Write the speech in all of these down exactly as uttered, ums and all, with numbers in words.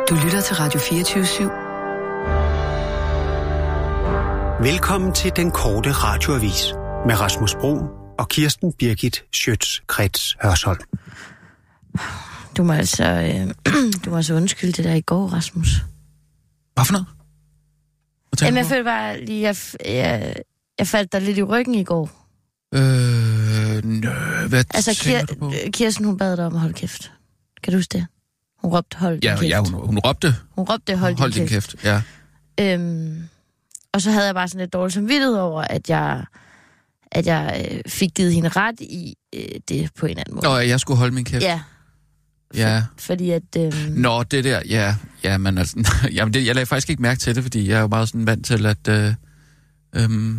Du lytter til Radio fireogtyve syv. Velkommen til den korte radioavis med Rasmus Bro og Kirsten Birgit Schøtz-Krets Hørsholm. Du må altså, øh, du må altså undskylde det der i går, Rasmus. Hvad for noget? Jamen, jeg følte bare lige, jeg, jeg, jeg faldt dig lidt i ryggen i går. Øh, nø, hvad altså, tænker du på? Kirsten, hun bad dig om at holde kæft. Kan du huske det? Hun råbte, hold din ja, kæft. Ja, hun, hun råbte. Hun råbte, hold, hold din, din kæft. kæft. Ja. Øhm, og så havde jeg bare sådan lidt dårligt samvittighed over, at jeg, at jeg øh, fik givet hende ret i øh, det på en anden måde. Nå, jeg skulle holde min kæft. Ja. Ja. For, fordi at... Øh... Nå, det der, ja. Ja, men altså, jamen det, jeg lagde faktisk ikke mærke til det, fordi jeg er jo meget sådan vant til, at... Øh, øh,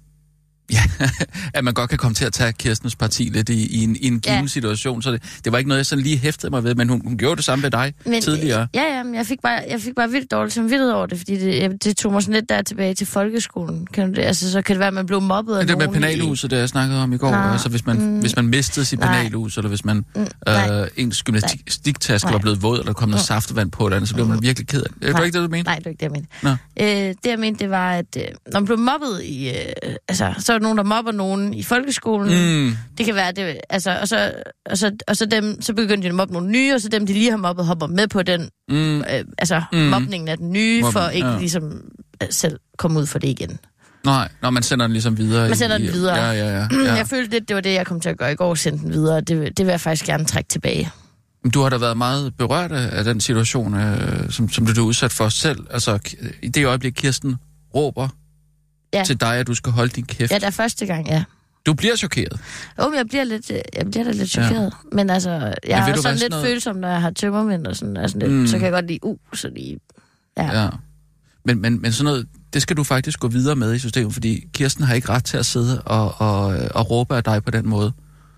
ja, at man godt kan komme til at tage Kirstens parti lidt i, i en, i en given ja. situation, så det, det var ikke noget, jeg sådan lige hæftede mig ved, men hun, hun gjorde det samme med dig men, tidligere. Ja, ja, men jeg fik bare, jeg fik bare vildt dårligt samvittighed over det, fordi det, det tog mig sådan lidt der tilbage til folkeskolen. Kan du det? Altså, så kan det være, at man blev mobbet af det nogen. Det med penalhuset, det jeg snakkede om i går, nej, altså hvis man, mm, hvis man mistede sit penalhus, eller hvis man mm, øh, ens gymnastiktaske var blevet våd, eller kom noget mm. saftevand på, eller andet, så blev man virkelig ked af det. Er det ikke det, du mente? Nej, det er ikke det, jeg mente. Øh, det, jeg mente, det var, at øh, når man blev mobbet i... Øh, altså, så er der nogen, der mobber nogen i folkeskolen. Mm. Det kan være, det, altså, og, så, og, så, og så, dem, så begynder de at mobbe nogle nye, og så dem, de lige har mobbet, hopper med på den, mm. øh, altså mm. mobningen af den nye, Mobben, for ikke ja. ligesom selv komme ud for det igen. Nej, når man sender den ligesom videre. Man sender i, den videre. Ja, ja, ja, ja. Jeg følte lidt, det var det, jeg kom til at gøre i går, sende den videre. Det, det vil jeg faktisk gerne trække tilbage. Du har da været meget berørt af den situation, øh, som, som du er udsat for selv. Altså, i det øjeblik, Kirsten råber ja. til dig, at du skal holde din kæft. Ja, det er første gang, ja. Du bliver chokeret? Jo, men jeg bliver lidt, jeg bliver da lidt chokeret. Ja. Men altså, jeg men er sådan lidt noget... følsom, når jeg har tømmermænd og sådan, altså lidt, mm. så kan jeg godt lide, uh, så lige, ja. ja. Men, men, men sådan noget, det skal du faktisk gå videre med i systemet, fordi Kirsten har ikke ret til at sidde og, og, og råbe af dig på den måde.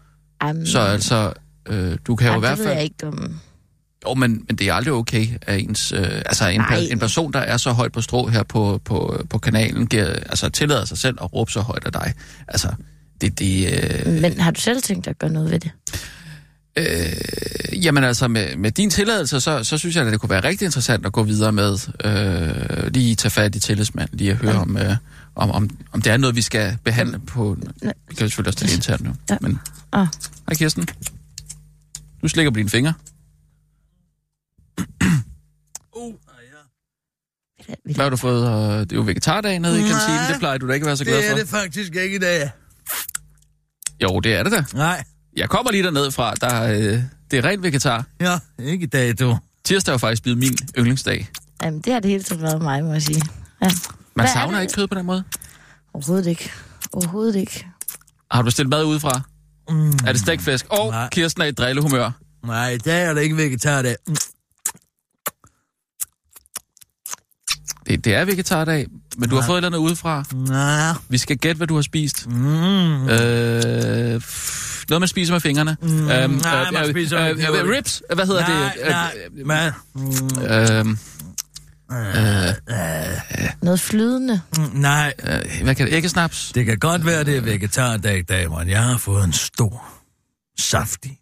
Um, så altså, øh, du kan jo i hvert fald... det ved jeg ikke om... Jo, men, men det er aldrig okay, at ens... Øh, altså, en, per, en person, der er så højt på strå her på, på, på kanalen, giver, altså, tillader sig selv at råbe så højt af dig. Altså, det... det øh... Men har du selv tænkt at gøre noget ved det? Øh, jamen altså, med, med din tilladelse, så, så synes jeg, at det kunne være rigtig interessant at gå videre med. Øh, lige tage fat i tillidsmand, lige at høre ja. om, øh, om, om, om det er noget, vi skal behandle på... Vi kan selvfølgelig også tage det internt nu. Ja. Men, ah. Hej Kirsten. Du slikker på dine fingre. Uh, ja. Hvad har du fået? Det er jo vegetardag nede i kantinen. Det plejer du da ikke at være så glad for. Det er det faktisk ikke i dag. Jo, det er det da. Nej. Jeg kommer lige derned fra. Der, øh, det er rent vegetar. Ja, ikke i dag, du. Tirsdag er jo faktisk blevet min yndlingsdag. Jamen, det har det hele tiden været mig, må jeg sige. Ja. Man savner ikke kød på den måde? Overhovedet ikke. Overhovedet ikke. Har du bestilt mad udefra? Mm. Er det stækflæsk? Og Nej. Kirsten er i drillehumør. Nej, i dag er det ikke vegetardag. Mm. Det, det er vegetardag, men du Nej. har fået et eller andet udefra. Nej. Vi skal gætte, hvad du har spist. Mm. Øh, noget, man spiser med fingrene. Mm. Øhm, Nej, øh, man spiser øh, øh, ribs? Hvad hedder nej, det? Nej, nej. Øh, øh, øh, noget flydende? Mm, nej. Øh, hvad kan det? Æggesnaps? Det kan godt være, det er vegetardag i dag, men jeg har fået en stor, saftig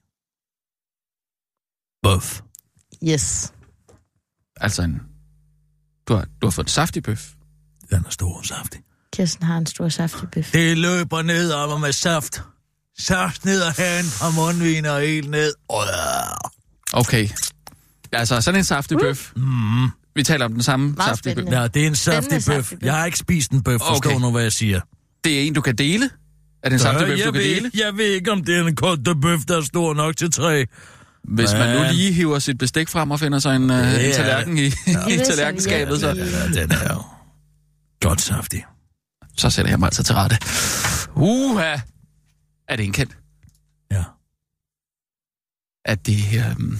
bøf. Yes. Altså en... Du har, du har fået en saftig bøf. Den er stor og saftig. Kirsten har en stor saftig bøf. Det løber ned om mig med saft. Saft ned og hen fra mundvin og helt ned. Okay. Altså, sådan en saftig bøf. Mm. Vi taler om den samme meget saftige bøf. Ja, det er en saftig bøf. Jeg har ikke spist en bøf, forstår okay. nu, hvad jeg siger. Det er en, du kan dele? Er det en saftig bøf, du kan ved, dele? Jeg ved ikke, om det er en korte bøf, der er stor nok til tre. Hvis Men... man nu lige hiver sit bestik frem og finder sig en, uh, en tallerken i, ja. i tallerkenskabet, så... Ja, den er jo godt saftig. Så sætter jeg mig altså til rette. Uha! Er det en kendt? Ja. Er det... Um...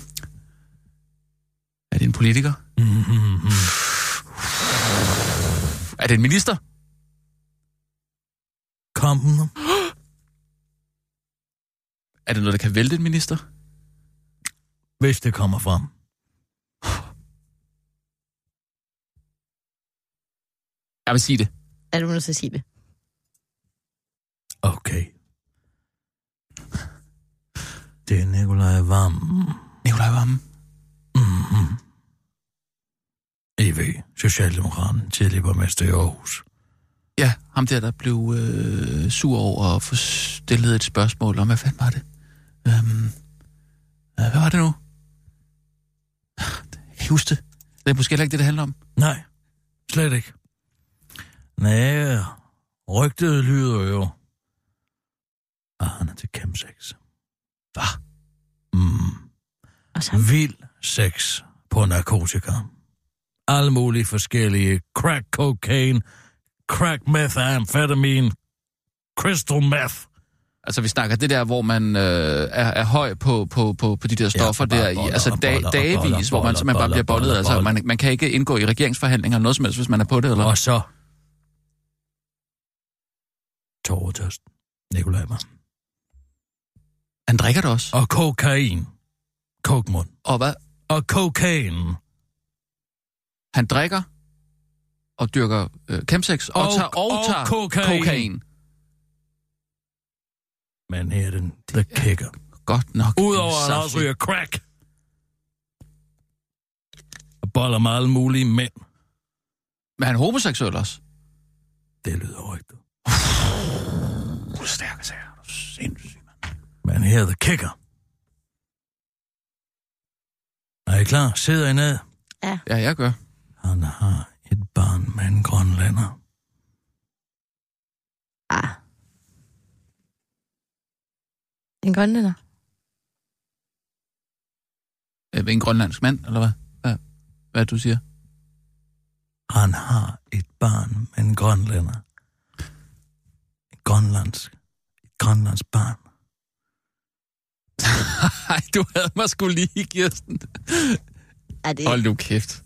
Er det en politiker? Mm-hmm. Er det en minister? Kom nu. Er det noget, der kan vælte en minister? Hvis det kommer frem. Jeg vil sige det. Er du nødt til at sige det? Okay. Det er Nikolaj Vammen. Nikolaj Vammen? Mm-hmm. T V, Socialdemokraten, tidligere borgmester i Aarhus. Ja, ham der, der blev øh, sur over at få stillet et spørgsmål om, hvad fanden var det? Øhm, øh, hvad var det nu? Jeg kan ikke huske det. Det er måske heller ikke det, det handler om. Nej, slet ikke. Nej, rygtet lyder jo, at han er til chemsex. Hvad? Mm. Vild sex på narkotika. Alle mulige forskellige crack cocaine, crack methamphetamine, crystal meth. Altså, vi snakker det der, hvor man øh, er, er høj på, på, på, på de der stoffer ja, der i, altså dag, dagevis, hvor man simpelthen bare bliver bollet. Altså, man, man kan ikke indgå i regeringsforhandlinger eller noget som helst, hvis man er på det, eller? Og så tåretørsten. Nikolaj Mann. Han drikker det også. Og kokain. Kokmund. Og hvad? Og kokain. Han drikker og dyrker øh, chemsex og, og tager, og og tager kokain. kokain. Men her er den, the kicker. Godt nok. Udover at han også ryger crack. Og boller med alle mulige mænd. Men han er homoseksuel også? Det lyder rigtigt. Uh, stærke sager. Du er sindssyg, mand. Men her er the kicker. Er I klar? Sidder I ned? Ja. Ja, jeg gør. Han har et barn med en grønlænder. Ah. En grønlænder? En grønlandsk mand, eller hvad? Hvad, hvad du siger? Han har et barn med en grønlænder. Et grønlandsk. Et grønlandsk barn. Nej, du havde mig sgu lige, Kirsten. Er det... Hold nu kæft.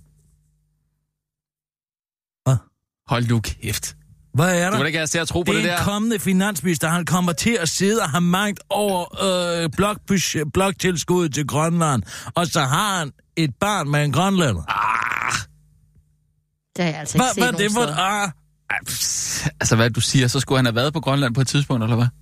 Hvad? Hold nu kæft. Hvad er der? Du vil ikke have til at tro på det, det der. Det er kommende finansminister. Han kommer til at sidde og have magt over øh, blokbudget, bloktilskuddet til Grønland. Og så har han et barn med en grønlænder. Ah. Det har jeg altså ikke Hva, set hvad, nogen det var, steder. ah. Ej, pss, altså, hvad du siger, så skulle han have været på Grønland på et tidspunkt, eller hvad?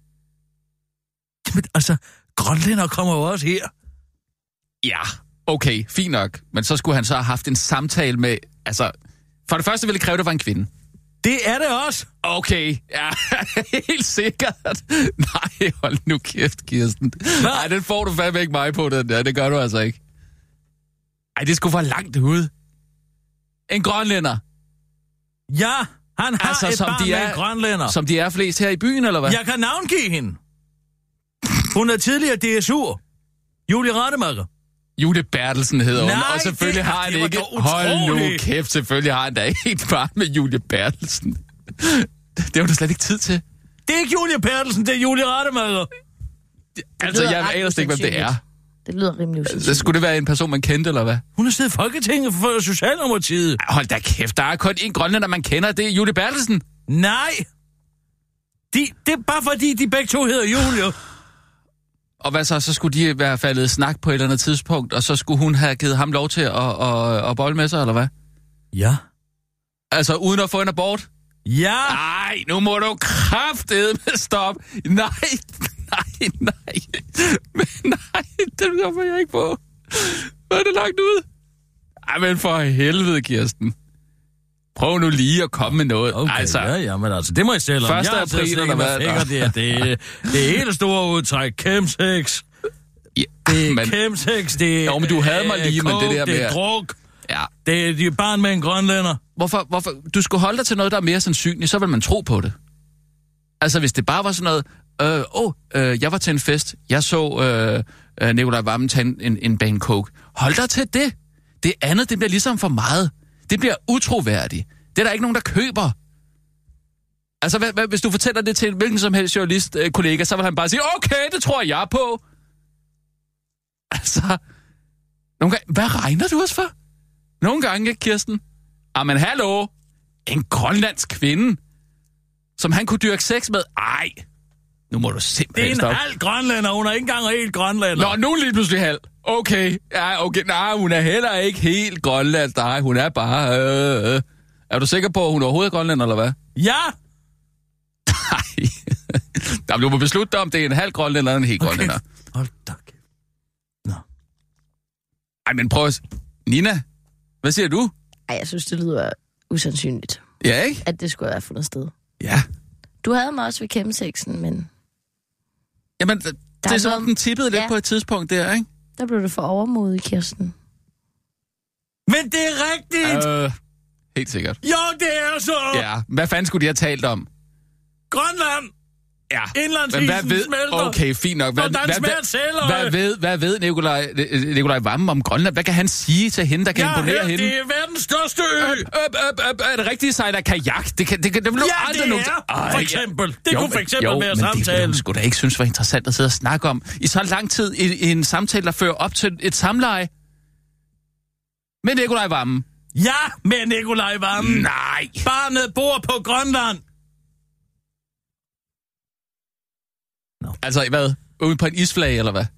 Men altså, grønlænder kommer jo også her. Ja, okay, fint nok. Men så skulle han så have haft en samtale med... Altså, for det første ville det kræve, at det var en kvinde. Det er det også. Okay, ja, helt sikkert. Nej, hold nu kæft, Kirsten. Nej, den får du fandme ikke mig på, den der. Det gør du altså ikke. Ej, det skulle for langt ude. En grønlænder. Ja, han har altså, et som barn de med er, en grønlænder. Som de er flest her i byen, eller hvad? Jeg kan navngive hende. Hun er tidligere D S U. Julie Rademacher. Julie Bertelsen hedder Nej, hun, og selvfølgelig det, har han ikke... Hold nu kæft, selvfølgelig har han da et barn med Julie Bertelsen. Det har du slet ikke tid til. Det er ikke Julie Bertelsen, det er Julie Rademacher. Altså, jeg aner ikke, hvem det er. Det lyder rimelig usandsynligt. Så skulle det være en person, man kendte, eller hvad? Hun har siddet i Folketinget for Socialdemokratiet. Hold da kæft, der er kun en grønlænder, man kender, det er Julie Bertelsen. Nej. De, det er bare fordi, de begge to hedder Julie. Og hvad så? Så skulle de være faldet snak på et eller andet tidspunkt, og så skulle hun have givet ham lov til at, at, at, at bolle med sig, eller hvad? Ja. Altså, uden at få en abort? Ja. Nej, nu må du kraftedeme stoppe. Nej, nej, nej. Men nej, det kommer jeg ikke på. Hvor er det langt ud? Ej, men for helvede, Kirsten. Prøv nu lige at komme med noget. Okay, altså, ja, ja, men altså, det må jeg selv om. første Jeg april, eller hvad? Det er det, det er hele store udtræk. Chemsex. Ja, det er men, chemsex, det er... Jo, men du havde mig lige, coke, men det der med... det er druk. Ja. Det er de barn med en grønlænder. Hvorfor, hvorfor? Du skulle holde dig til noget, der er mere sandsynligt, så vil man tro på det. Altså, hvis det bare var sådan noget... Åh, øh, oh, øh, jeg var til en fest. Jeg så øh, øh, Nikolaj Wammen tage en, en bane coke. Hold dig til det. Det andet, det bliver ligesom for meget. Det bliver utroværdigt. Det er der ikke nogen, der køber. Altså, hvad, hvad, hvis du fortæller det til hvilken som helst journalist-kollega, øh, så vil han bare sige, okay, det tror jeg på. Altså, nogle gange, hvad regner du os for? Nogle gange, Kirsten. Jamen, hallo. En grønlandsk kvinde, som han kunne dyrke sex med. Ej, nu må du simpelthen Det er en stoppe. halv grønlænder. Hun er ikke engang helt grønlænder. Nå, nu lige pludselig halv. Okay, ja, okay. Nej, hun er heller ikke helt grønlandsk. Nej, hun er bare... Øh, øh. Er du sikker på, at hun overhovedet er grønlænder, eller hvad? Ja. Nej. Jamen, du må beslutte dig, om det er en halv grønlænder eller en helt okay. grønlænder. Hold da kæft. Nå. Ej, men prøv at... Nina, hvad siger du? Ej, jeg synes, det lyder usandsynligt, Ja, ikke? at det skulle have fundet sted. Ja. Du havde mig også ved kæmmeseksen, men Jamen, det, det er som om, den tippede lidt ja. på et tidspunkt der, ikke? der blev det for overmodig, Kirsten. Men det er rigtigt! Øh, helt sikkert. Jo, det er så! Ja, hvad fanden skulle de have talt om? Grønland! Ja, Indlandsisen men hvad ved... smelter. Okay, fint nok. Hvad, Hvordan hvad, smager hvad, sæløg? hvad ved, hvad ved Nikolaj, Nikolaj Wammen om Grønland? Hvad kan han sige til hende, der kan Jeg har imponere hørt, hende? det er verdens største ø! Øp, øp, øp, øp, er det rigtigt, sejler kajak? Det kan, det kan, det vil du Ja, aldrig det nogen... er, Ej, for eksempel. Det jo, kunne for eksempel jo, være men samtalen. det ville du sgu da ikke synes var interessant at sidde og snakke om. I så lang tid i, i en samtale, der fører op til et samleje. Med Nikolaj Wammen. Ja, med Nikolaj Wammen. Nej. Barnet bor på Grønland. Altså, hvad? Ude på en isflage, eller hvad?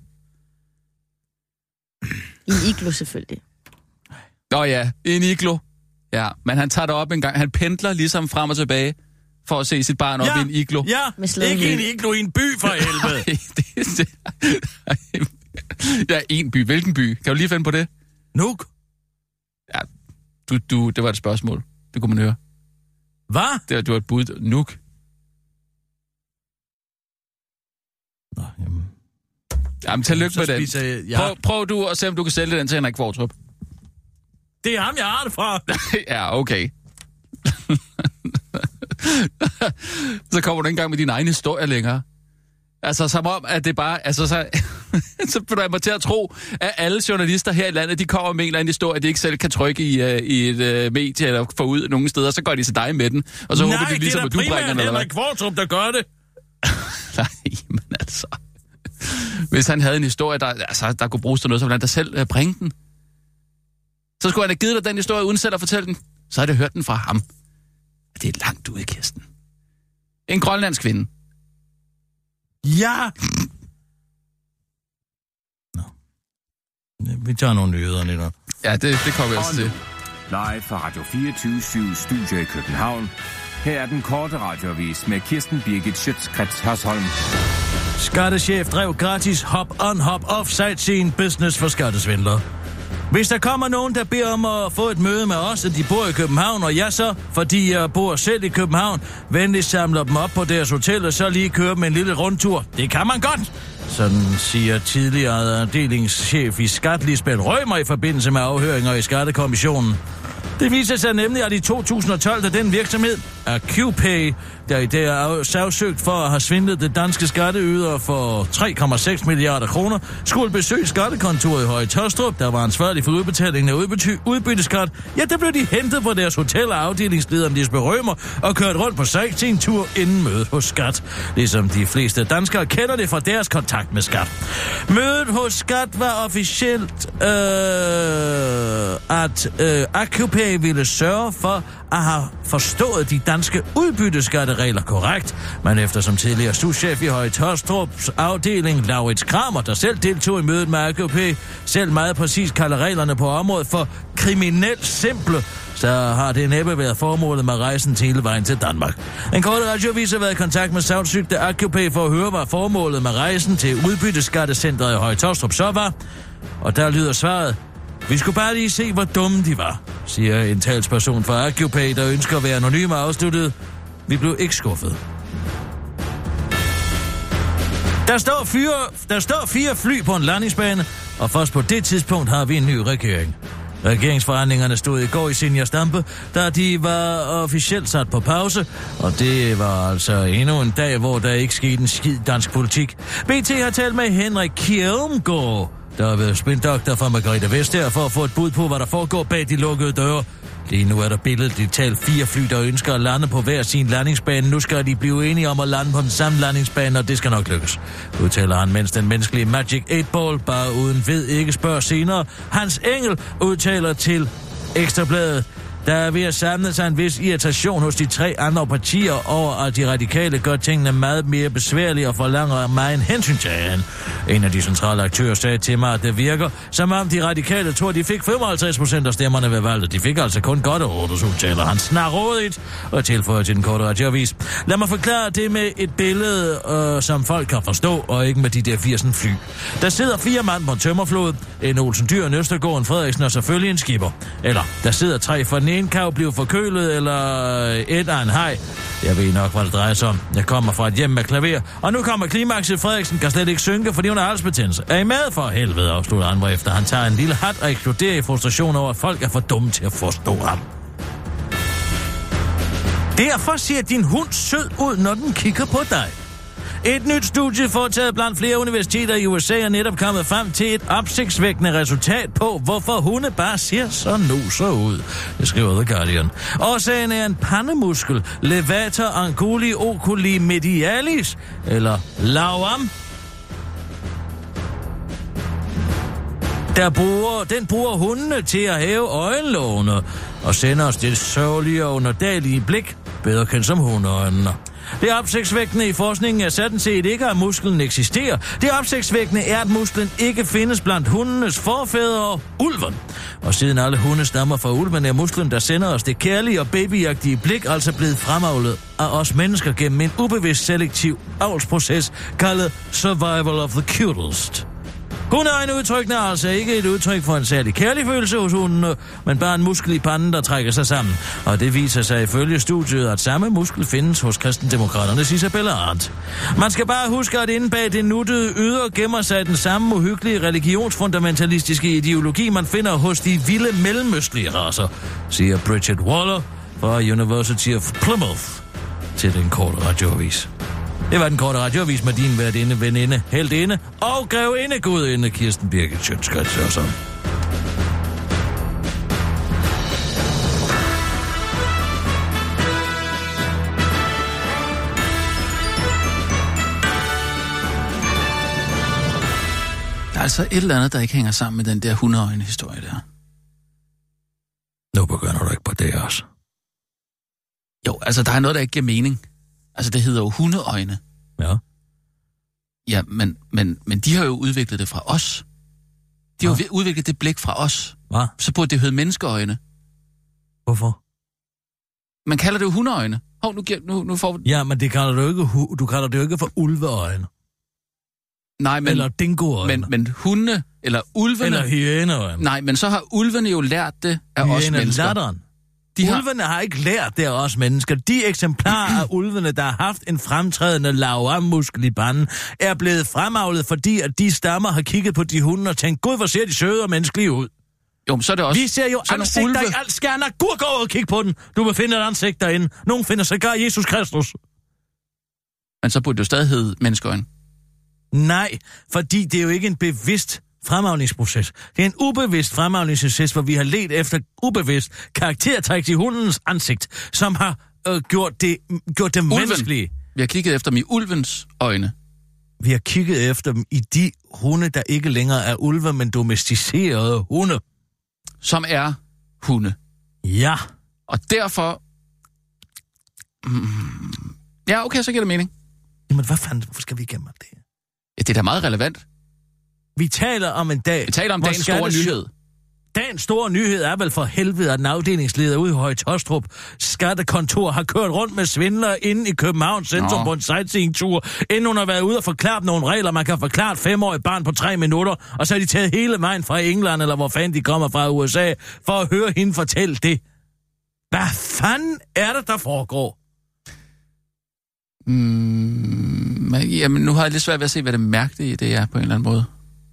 I iglo selvfølgelig. Nå ja, en iglo. Ja, men han tager det op en gang. Han pendler ligesom frem og tilbage for at se sit barn op Ja, i en iglo. ja. Med slædehjul. Ikke en iglo i en by, for helvede. Nej, det, det, ja, en by. Hvilken by? Kan du lige finde på det? Nuuk. Ja, du, du, det var et spørgsmål. Det kunne man høre. Hvad? Det var, det var et bud. Nuuk. Nå, jamen. Jamen, tillykke Så med den. spiser jeg- ja. Prøv, prøv du at se, om du kan sælge den til Henrik Kvartrup. Det er ham, jeg har det fra. Ja, okay. Så kommer du ikke engang med din egen historie længere. Altså, som om, at det bare... Altså, så, så får jeg mig til at tro, at alle journalister her i landet, de kommer med en eller anden historie, de ikke selv kan trykke i, uh, i et uh, medie eller få ud nogen steder, så går de til dig med den. Og så Nej, håber de ligesom, det at du er bringer da den, primært eller Henrik hvad? Kvartrup, der gør det. Nej, men altså... Hvis han havde en historie, der, altså, der kunne bruges til noget, så ville han da selv uh, bringe den. Så skulle han have givet dig den historie, uden selv at fortælle den. Så havde det hørt den fra ham. Det er langt ude, Kirsten. En grønlandsk kvinde. Ja. Nå. Vi tager nogle nyheder, Nitter. Ja, det, det kommer jeg også til. Live fra Radio fireogtyve syv Studio i København. Her er den korte radioavis med Kirsten Birgit Schøtz-Krets Hørsholm. Skattechef drev gratis hop-on, hop-off sightseeing business for skattesvindlere. Hvis der kommer nogen, der beder om at få et møde med os, at de bor i København, og jeg så, fordi jeg bor selv i København, venligst samler dem op på deres hotel, og så lige kører dem en lille rundtur. Det kan man godt! Sådan siger tidligere afdelingschef i Skat, Lisbeth Rømer, i forbindelse med afhøringer i Skattekommissionen. Det viser sig nemlig, at i to tusind og tolv, da den virksomhed, AQPay, der i dag er sagsøgt for at have svindlet det danske skatteyder for tre komma seks milliarder kroner, skulle besøge skattekontoret i Høje Taastrup, der var ansvarlig for udbetalingen af udbytte, udbytteskat. Ja, der blev de hentet på deres hotel af afdelingslederen Lisbeth Rømer og kørt rundt på sightseeing-tur inden mødet hos Skat. Ligesom de fleste danskere kender det fra deres kontakt med Skat. Mødet hos Skat var officielt, øh, at øh, AQPay ville sørge for at have forstået de danske udbytteskatteregler korrekt, men eftersom tidligere souschef i Høje Taastrups afdeling, Laurits Kramer, der selv deltog i mødet med A Q P, selv meget præcis kalder reglerne på området for kriminelt simple, så har det næppe været formålet med rejsen til hele vejen til Danmark. En kort radioavis har været i kontakt med sagsøgte A Q P for at høre, hvad formålet med rejsen til udbytteskattecentret i Høje Taastrup så var, og der lyder svaret: vi skulle bare lige se, hvor dumme de var, siger en talsperson fra A Q P, der ønsker at være anonym og afsluttet. Vi blev ikke skuffet. Der står, fire, der står fire fly på en landingsbane, og først på det tidspunkt har vi en ny regering. Regeringsforhandlingerne stod i går i Senior Stampe, da de var officielt sat på pause, og det var altså endnu en dag, hvor der ikke skete en skid dansk politik. B T har talt med Henrik Kjermgaard, der har været spindoktor fra Margrethe Vestager, for at få et bud på, hvad der foregår bag de lukkede døre. Lige nu er der billedet talt fire fly, der ønsker at lande på hver sin landingsbane. Nu skal de blive enige om at lande på den samme landingsbane, og det skal nok lykkes, udtaler han, mens den menneskelige Magic otte Ball, bare uden ved ikke spørger senere. Hans Engel udtaler til Ekstrabladet: Der er ved at samle sig en vis irritation hos de tre andre partier over, at de radikale gør tingene meget mere besværlige og forlanger meget hensyntagen. En af de centrale aktører sagde til mig, at det virker, som om de radikale tror, de fik femoghalvtreds procent af stemmerne ved valget. De fik altså kun godt over otte, udtaler han snarrådigt og tilføjer til den korte radioavis. Lad mig forklare det med et billede, øh, som folk kan forstå, og ikke med de der firs fly. Der sidder fire mand på en tømmerflod, en Olsen Dyr, en Østergaard, en Frederiksen og selvfølgelig en skipper. Eller der sidder tre for den ene kan jo blive forkølet, eller et af en haj. Jeg ved nok, hvad det drejer sig om. Jeg kommer fra et hjem med klaver, og nu kommer klimakset. Frederiksen kan slet ikke synke, fordi hun har halsbetændelse. Er I med for helvede, afslutter han, efter han tager en lille hat og eksploderer i frustration over, at folk er for dumme til at forstå ham. Derfor ser din hund sød ud, når den kigger på dig. Et nyt studie foretaget blandt flere universiteter i U S A er netop kommet frem til et opsigtsvækkende resultat på, hvorfor hunde bare ser så nuser ud. Det skriver The Guardian. Årsagen er en pandemuskel, levator anguli oculi medialis, eller lavam. Der bruger, den bruger hundene til at hæve øjenlågene og sender os det sørgelige og underdalige blik, bedre kendt som hundeøjnene. Det opsigtsvækkende i forskningen er sådan set ikke, at musklen eksisterer. Det opsigtsvækkende er, at musklen ikke findes blandt hundenes forfædre, ulven. Og siden alle hunde stammer fra ulven, er musklen, der sender os det kærlige og babyagtige blik, altså blevet fremavlet af os mennesker gennem en ubevidst selektiv avlsproces, kaldet survival of the cutest. Hundeøjneudtrykkene er altså ikke et udtryk for en særlig kærlig følelse hos hundene, men bare en muskel i panden, der trækker sig sammen. Og det viser sig ifølge studiet, at samme muskel findes hos kristendemokraternes Isabella Arndt. Man skal bare huske, at inde bag det nuttede ydre gemmer sig den samme uhyggelige religionsfundamentalistiske ideologi, man finder hos de vilde mellemøstlige racer, siger Bridget Waller fra University of Plymouth til den korte radioavis. Det var den korte radioavis med din værtinde, veninde, heldinde og grevinde gudinde Kirsten Birgit Schøtz-Krets Hørsholm. Der er altså et eller andet, der ikke hænger sammen med den der hundeøjne-historie der. Nu begynder du ikke på det også. Jo, altså der er noget, der ikke giver mening. Altså, det hedder jo hundeøjne. Ja. Ja, men, men, men de har jo udviklet det fra os. De har jo udviklet det blik fra os. Hvad? Så burde det hedde menneskeøjne. Hvorfor? Man kalder det jo hundeøjne. Hov, nu, nu, nu får vi... Ja, men det kalder du ikke, hu- du kalder det jo ikke for ulveøjne. Nej, men... Eller dingoøjne. Men, men hunde, eller ulvene... Eller hyæneøjne. Nej, men så har ulvene jo lært det af os mennesker. Latteren. De har... Ulvene har ikke lært det af os mennesker. De eksemplarer af ulvene, der har haft en fremtrædende lavammuskel i panden, er blevet fremavlet, fordi at de stammer har kigget på de hunde og tænkt, gud, hvor ser de søde og menneskelige ud. Jo, men så er det også... Vi ser jo ansigter ulve... i alt skærne. Gud, gå og kig på den. Du vil finde et ansigt derinde. Nogen finder sågar Jesus Kristus. Men så burde det jo stadig hedde menneskeøjne. Nej, fordi det er jo ikke en bevidst fremavningsproces. Det er en ubevidst fremavningsproces, hvor vi har let efter ubevidst karaktertræk i hundens ansigt, som har øh, gjort det, gjort det menneskelige. Vi har kigget efter dem i ulvens øjne. Vi har kigget efter dem i de hunde, der ikke længere er ulve, men domesticerede hunde. Som er hunde. Ja. Og derfor... Mm, ja, okay, så giver det mening. Jamen, hvad fanden, hvorfor skal vi igennem det her? Ja, det er da meget relevant. Vi taler om en dag... Vi taler om dagens store nyhed. Dagens store nyhed er vel for helvede, at en afdelingsleder ude i Høje Taastrup skattekontor har kørt rundt med svindlere inde i Københavns centrum Nå. på en sightseeing-tur, inden hun har været ude og forklaret nogle regler, man kan forklare et femårigt barn på tre minutter, og så har de taget hele vejen fra England, eller hvor fanden de kommer fra U S A, for at høre hende fortælle det. Hvad fanden er det, der foregår? Mm, jamen, nu har jeg lidt svært ved at se, hvad det mærkelige i det er på en eller anden måde.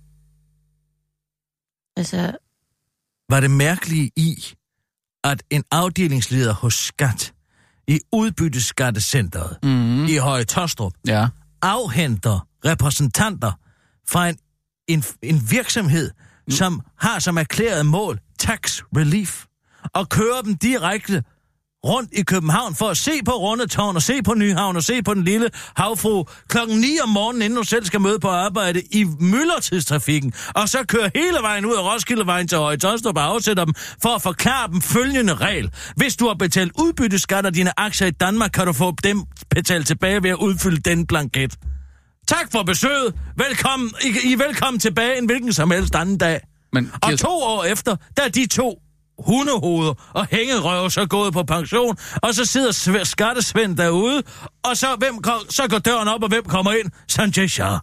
Altså... Var det mærkelige i, at en afdelingsleder hos Skat i udbytteskattecentet mm. i Høje Taastrup ja. afhenter repræsentanter fra en, en, en virksomhed, mm. som har som erklæret mål tax relief, og kører dem direkte rundt i København for at se på Rundetårn og se på Nyhavn og se på den lille havfru klokken ni om morgenen, inden du selv skal møde på arbejde i myldretidstrafikken, og så køre hele vejen ud af Roskildevejen til Høje Taastrup og afsætter dem for at forklare dem følgende regel. Hvis du har betalt udbytteskat af dine aktier i Danmark, kan du få dem betalt tilbage ved at udfylde den blanket. Tak for besøget. Velkommen. I, I er velkommen tilbage en hvilken som helst anden dag. Men, og to år efter, der er de to hundehoveder og hængerøver så gået på pension, og så sidder skattesvend derude, og så, hvem kom, så går døren op, og hvem kommer ind? Sanjay Shah.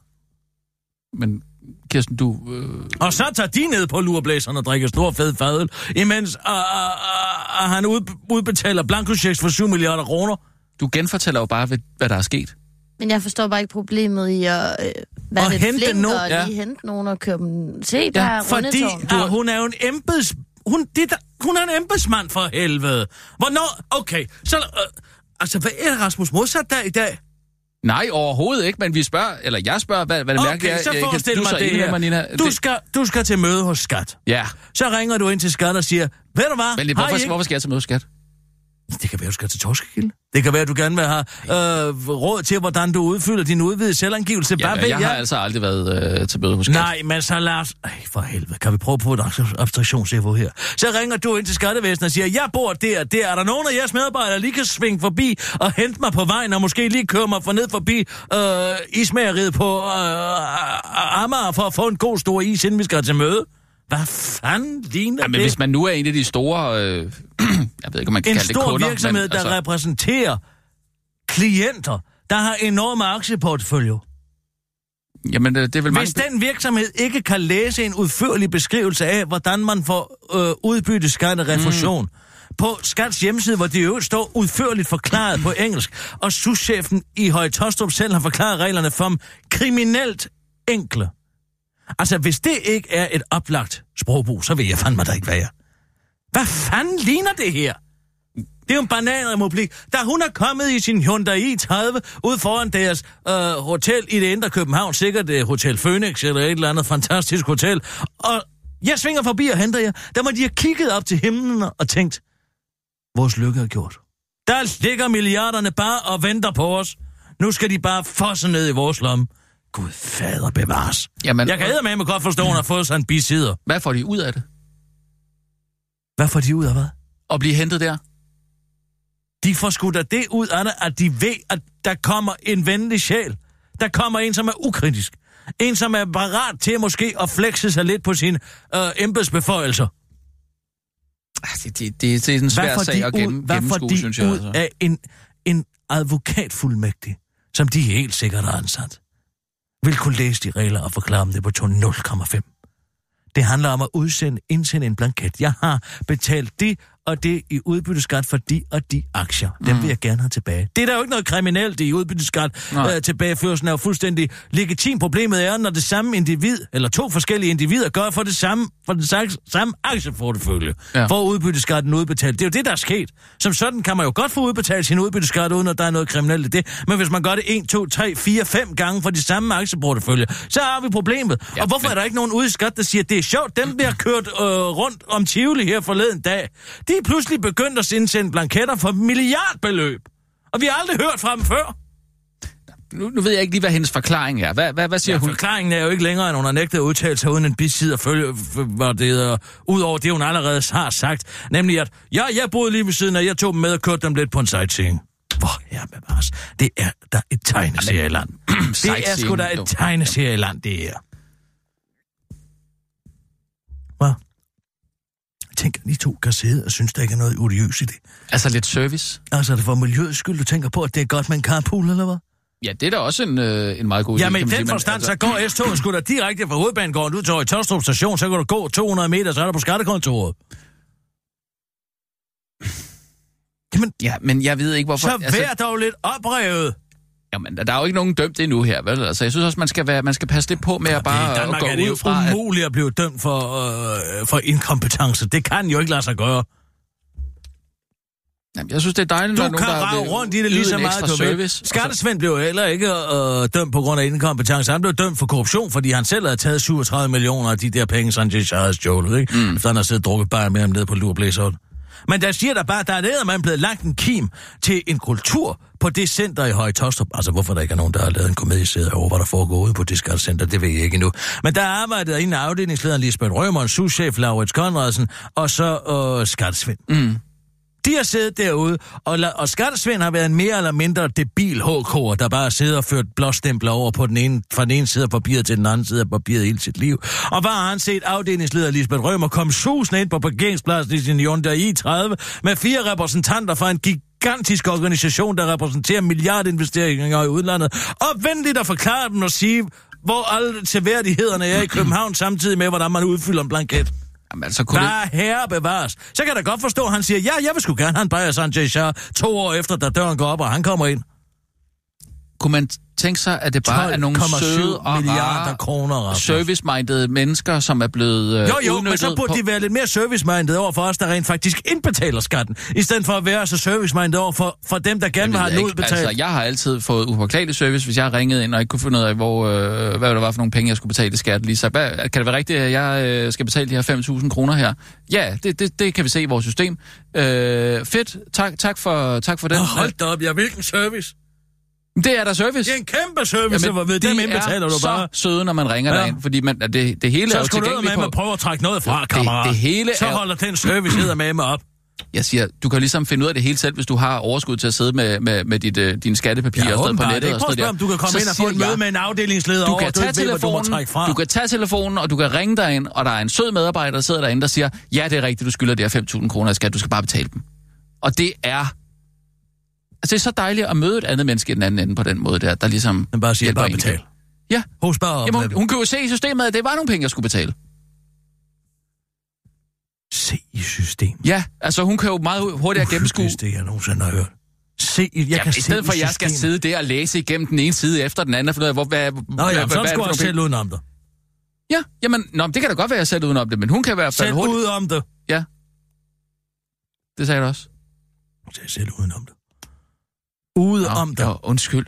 Men Kirsten, du... Øh... Og så tager de ned på lureblæseren og drikker stor fed fadøl, imens uh, uh, uh, han ud, udbetaler blankochecks for syv milliarder kroner. Du genfortæller jo bare, hvad der er sket. Men jeg forstår bare ikke problemet i at øh, være og lidt flink no- og lige ja. hente nogen og køre dem. Se, der ja, er fordi uh, hun er jo en embeds... Hun, det der, hun er en embedsmand for helvede. Hvornår? Okay, så... Øh, altså, hvad er Rasmus modsat der i dag? Nej, overhovedet ikke, men vi spørger, eller jeg spørger, hvad, hvad det okay, mærker. Okay, så forestil mig det her. Mig, du, skal, du skal til møde hos Skat. Ja. Så ringer du ind til Skat og siger, ved du hvad? Men hvorfor, hvorfor skal jeg til møde hos Skat? Det kan være, du skal til Torskekilde. Det kan være, at du gerne vil have øh, råd til, hvordan du udfylder din udvidede selvangivelse. Ja, jeg, jeg har altså aldrig været øh, til møde hos Skat. Nej, men så lad os... Ej, for helvede. Kan vi prøve på et abstraktionsniveau her? Så ringer du ind til Skattevæsenet og siger, jeg bor der, der. Er der nogen af jeres medarbejdere, lige kan svinge forbi og hente mig på vejen, og måske lige køre mig for ned forbi øh, ismageriet på øh, Amager for at få en god stor is, inden vi skal til møde? Hvad fanden ligner ja, men det? Hvis man nu er en af de store... Øh, jeg ved ikke, om man kan en kalde det kunder. En stor virksomhed, men, der altså... repræsenterer klienter, der har enorme aktieportfølje. Jamen, det er vel Hvis mange... den virksomhed ikke kan læse en udførlig beskrivelse af, hvordan man får øh, udbytte, skat og refusion, mm. på Skats hjemmeside, hvor det jo står udførligt forklaret på engelsk, og souschefen i Høje Taastrup selv har forklaret reglerne for kriminelt enkle. Altså, hvis det ikke er et oplagt sprogbrug, så ved jeg fandme da ikke, hvad jeg. Hvad fanden ligner det her? Det er jo en bananrepublik. Da hun er kommet i sin Hyundai i tredive ud foran deres øh, hotel i det indre København, sikkert det Hotel Phoenix eller et eller andet fantastisk hotel, og jeg svinger forbi og henter jer, der må de have kigget op til himlen og tænkt, vores lykke er gjort. Der ligger milliarderne bare og venter på os. Nu skal de bare fosse ned i vores lomme. Gud fader bevares. Jamen, jeg kan eddermame godt forstå, at hun har fået sig en bisider. Hvad får de ud af det? Hvad får de ud af hvad? At blive hentet der? De får sgu da det ud af det, at de ved, at der kommer en venlig sjæl. Der kommer en, som er ukritisk. En, som er parat til måske at flexe sig lidt på sine øh, embedsbeføjelser. Det, det, det, det er en svær sag at gennem, gennemskue, synes jeg. Hvad får de ud af en, en advokatfuldmægtig, som de helt sikkert har ansat, vil kunne læse de regler og forklare dem det på nul komma fem. Det handler om at udsende, indsende en blanket. Jeg har betalt det og det i udbytteskat for de og de aktier. Dem mm. vil jeg gerne have tilbage. Det er der jo ikke noget kriminelt i udbytteskat. Øh, tilbageførelsen er jo fuldstændig legitim. Problemet er, når det samme individ, eller to forskellige individer, gør for det samme, for den samme, samme aktieportefølje, ja. For udbytteskatten udbetalt. Det er jo det, der er sket. Som sådan kan man jo godt få udbetalt sin udbytteskat, uden at der er noget kriminelt i det. Men hvis man gør det en, to, tre, fire, fem gange for de samme aktieportefølje, så har vi problemet. Ja, og hvorfor men... er der ikke nogen ude i skat, der siger, det er sjovt, dem bliver kørt øh, rundt om Tivoli her forleden dag. De er pludselig begyndt at indsende blanketter for milliardbeløb. Og vi har aldrig hørt fra dem før. Nu, nu ved jeg ikke lige, hvad hendes forklaring er. Hvad, hvad, hvad siger ja, hun? Forklaringen er jo ikke længere, end hun har nægtet at udtale sig uden en bisid og følge, hvad det hedder, ud over det, hun allerede har sagt. Nemlig, at ja, jeg boede lige ved siden af, jeg tog dem med og kørte dem lidt på en sightseeing. Hvor her bevares. Det er der et tegneserieland. Det er sgu da et tegneserieland, det er. Hvad? Tænk, at de to kan sidde og synes, der ikke er noget odiøs i det. Altså lidt service? Altså, er det for miljøets skyld, du tænker på, at det er godt med en carpool, eller hvad? Ja, det er da også en, øh, en meget god idé. Ja, men i den forstand, altså... så går S-toget sgu da direkte fra hovedbanegården ud til Høje Taastrup station, så kan du gå to hundrede meter, så er du på skattekontoret. Jamen, ja, men jeg ved ikke, hvorfor... Så vær altså... dog lidt oprevet. Jamen, der er jo ikke nogen dømt endnu her, vel? Altså, jeg synes også, man skal, være, man skal passe lidt på med at bare at gå ud fra... Det er umuligt at blive dømt for, øh, for inkompetence. Det kan jo ikke lade sig gøre. Jamen, jeg synes, det er dejligt, du når nogen, der kan rundt i det lige så meget, du service. Skattesvend blev heller ikke øh, dømt på grund af inkompetence. Han blev dømt for korruption, fordi han selv havde taget syvogtredive millioner af de der penge, Sanjay Shah havde stjålet, ikke? Mm. Efter han har siddet og drukket bare med ham ned på lurblæseren. Men der siger der bare, der er det, at man er blevet lagt en kim til en kultur på det center i Høje Taastrup. Altså, hvorfor der ikke er nogen, der har lavet en komedieserie over, hvad der foregår ude på det skatcenter, det ved jeg ikke endnu. Men der arbejdede en af afdelingslederen Lisbeth Rømer, en souschef Laurits Conradsen, og så øh, Skattesvind. Mm. De har siddet derude, og, la- og Skattesvind har været en mere eller mindre debil H K'er, der bare sidder og ført blåstempler over på den ene, fra den ene side af papiret til den anden side af papiret hele sit liv. Og bare har han set afdelingsleder Lisbeth Rømer komme susende ind på parkeringspladsen i sin Hyundai i tredive med fire repræsentanter fra en gigantisk organisation, der repræsenterer milliardinvesteringer i udlandet, og venligt at forklare dem og sige, hvor alle seværdighederne er i København, samtidig med, hvordan man udfylder en blanket. Jamen, altså, kunne Bare det... herre bevares. Så kan jeg da godt forstå, at han siger, ja, jeg vil sgu gerne have en Bayer Sanjay Shah to år efter, da døren går op, og han kommer ind. Kunne man tænke sig, at det bare er nogle søde og milliarder kroner, service-minded mennesker, som er blevet øh, Jo, jo, men så burde på... de være lidt mere service-minded over for os, der rent faktisk indbetaler skatten, i stedet for at være så service-minded over for, for dem, der gerne vil have den udbetalt. Altså, jeg har altid fået upåklagelig service, hvis jeg har ringet ind, og ikke kunne finde ud af, hvor, øh, hvad det var for nogle penge, jeg skulle betale i skat. Lige så, hvad, kan det være rigtigt, at jeg øh, skal betale de her fem tusind kroner her? Ja, det, det, det kan vi se i vores system. Øh, fedt, tak, tak, for, tak for den. Nå, hold da op, ja, hvilken service? Det er der service. Det er en kæmpe service, Jamen, hvor ved dem indbetaler du bare. Så søde, når man ringer ja. derind, fordi man, det, det hele så er jo tilgængeligt med, på... Så skulle du prøve at trække noget fra, kammerat. Det, det hele så er... holder den service hedder med mig op. Jeg siger, du kan ligesom finde ud af det hele selv, hvis du har overskud til at sidde med, med, med dit, uh, dine skattepapirer ja, og stå på nettet og sådan der. Du kan komme så ind og få et møde med en afdelingsleder du over, kan tage du ved, du må trække fra. Du kan tage telefonen, og du kan ringe derind, og der er en sød medarbejder, der sidder derinde, der siger, ja, det er rigtigt, du skylder det her fem tusind kroner i skat, du skal bare betale dem. Og det er... Altså, det er så dejligt at møde et andet menneske i den anden ende på den måde der, der ligesom... Den bare siger, bare betal. Ja. Hos bare Jamen, hun, hun kan jo se i systemet, at det var nogle penge, jeg skulle betale. Se i systemet? Ja, altså hun kan jo meget hurtigere gennemskue... Det er det, jeg nogensinde har hørt. Se, jeg ja, kan i stedet for, at jeg skal sidde der og læse igennem den ene side efter den anden, for noget af, hvor... Hvad, Nå ja, hvad, så skulle jeg selv udenom det. Ja, jamen, nå, det kan da godt være, at jeg selv udenom det, men hun kan i hvert fald hurtigt... Selv udenom det? Ja. Det sagde du også. Hun sagde selv udenom det. Ude Nå, om det. Jo, undskyld.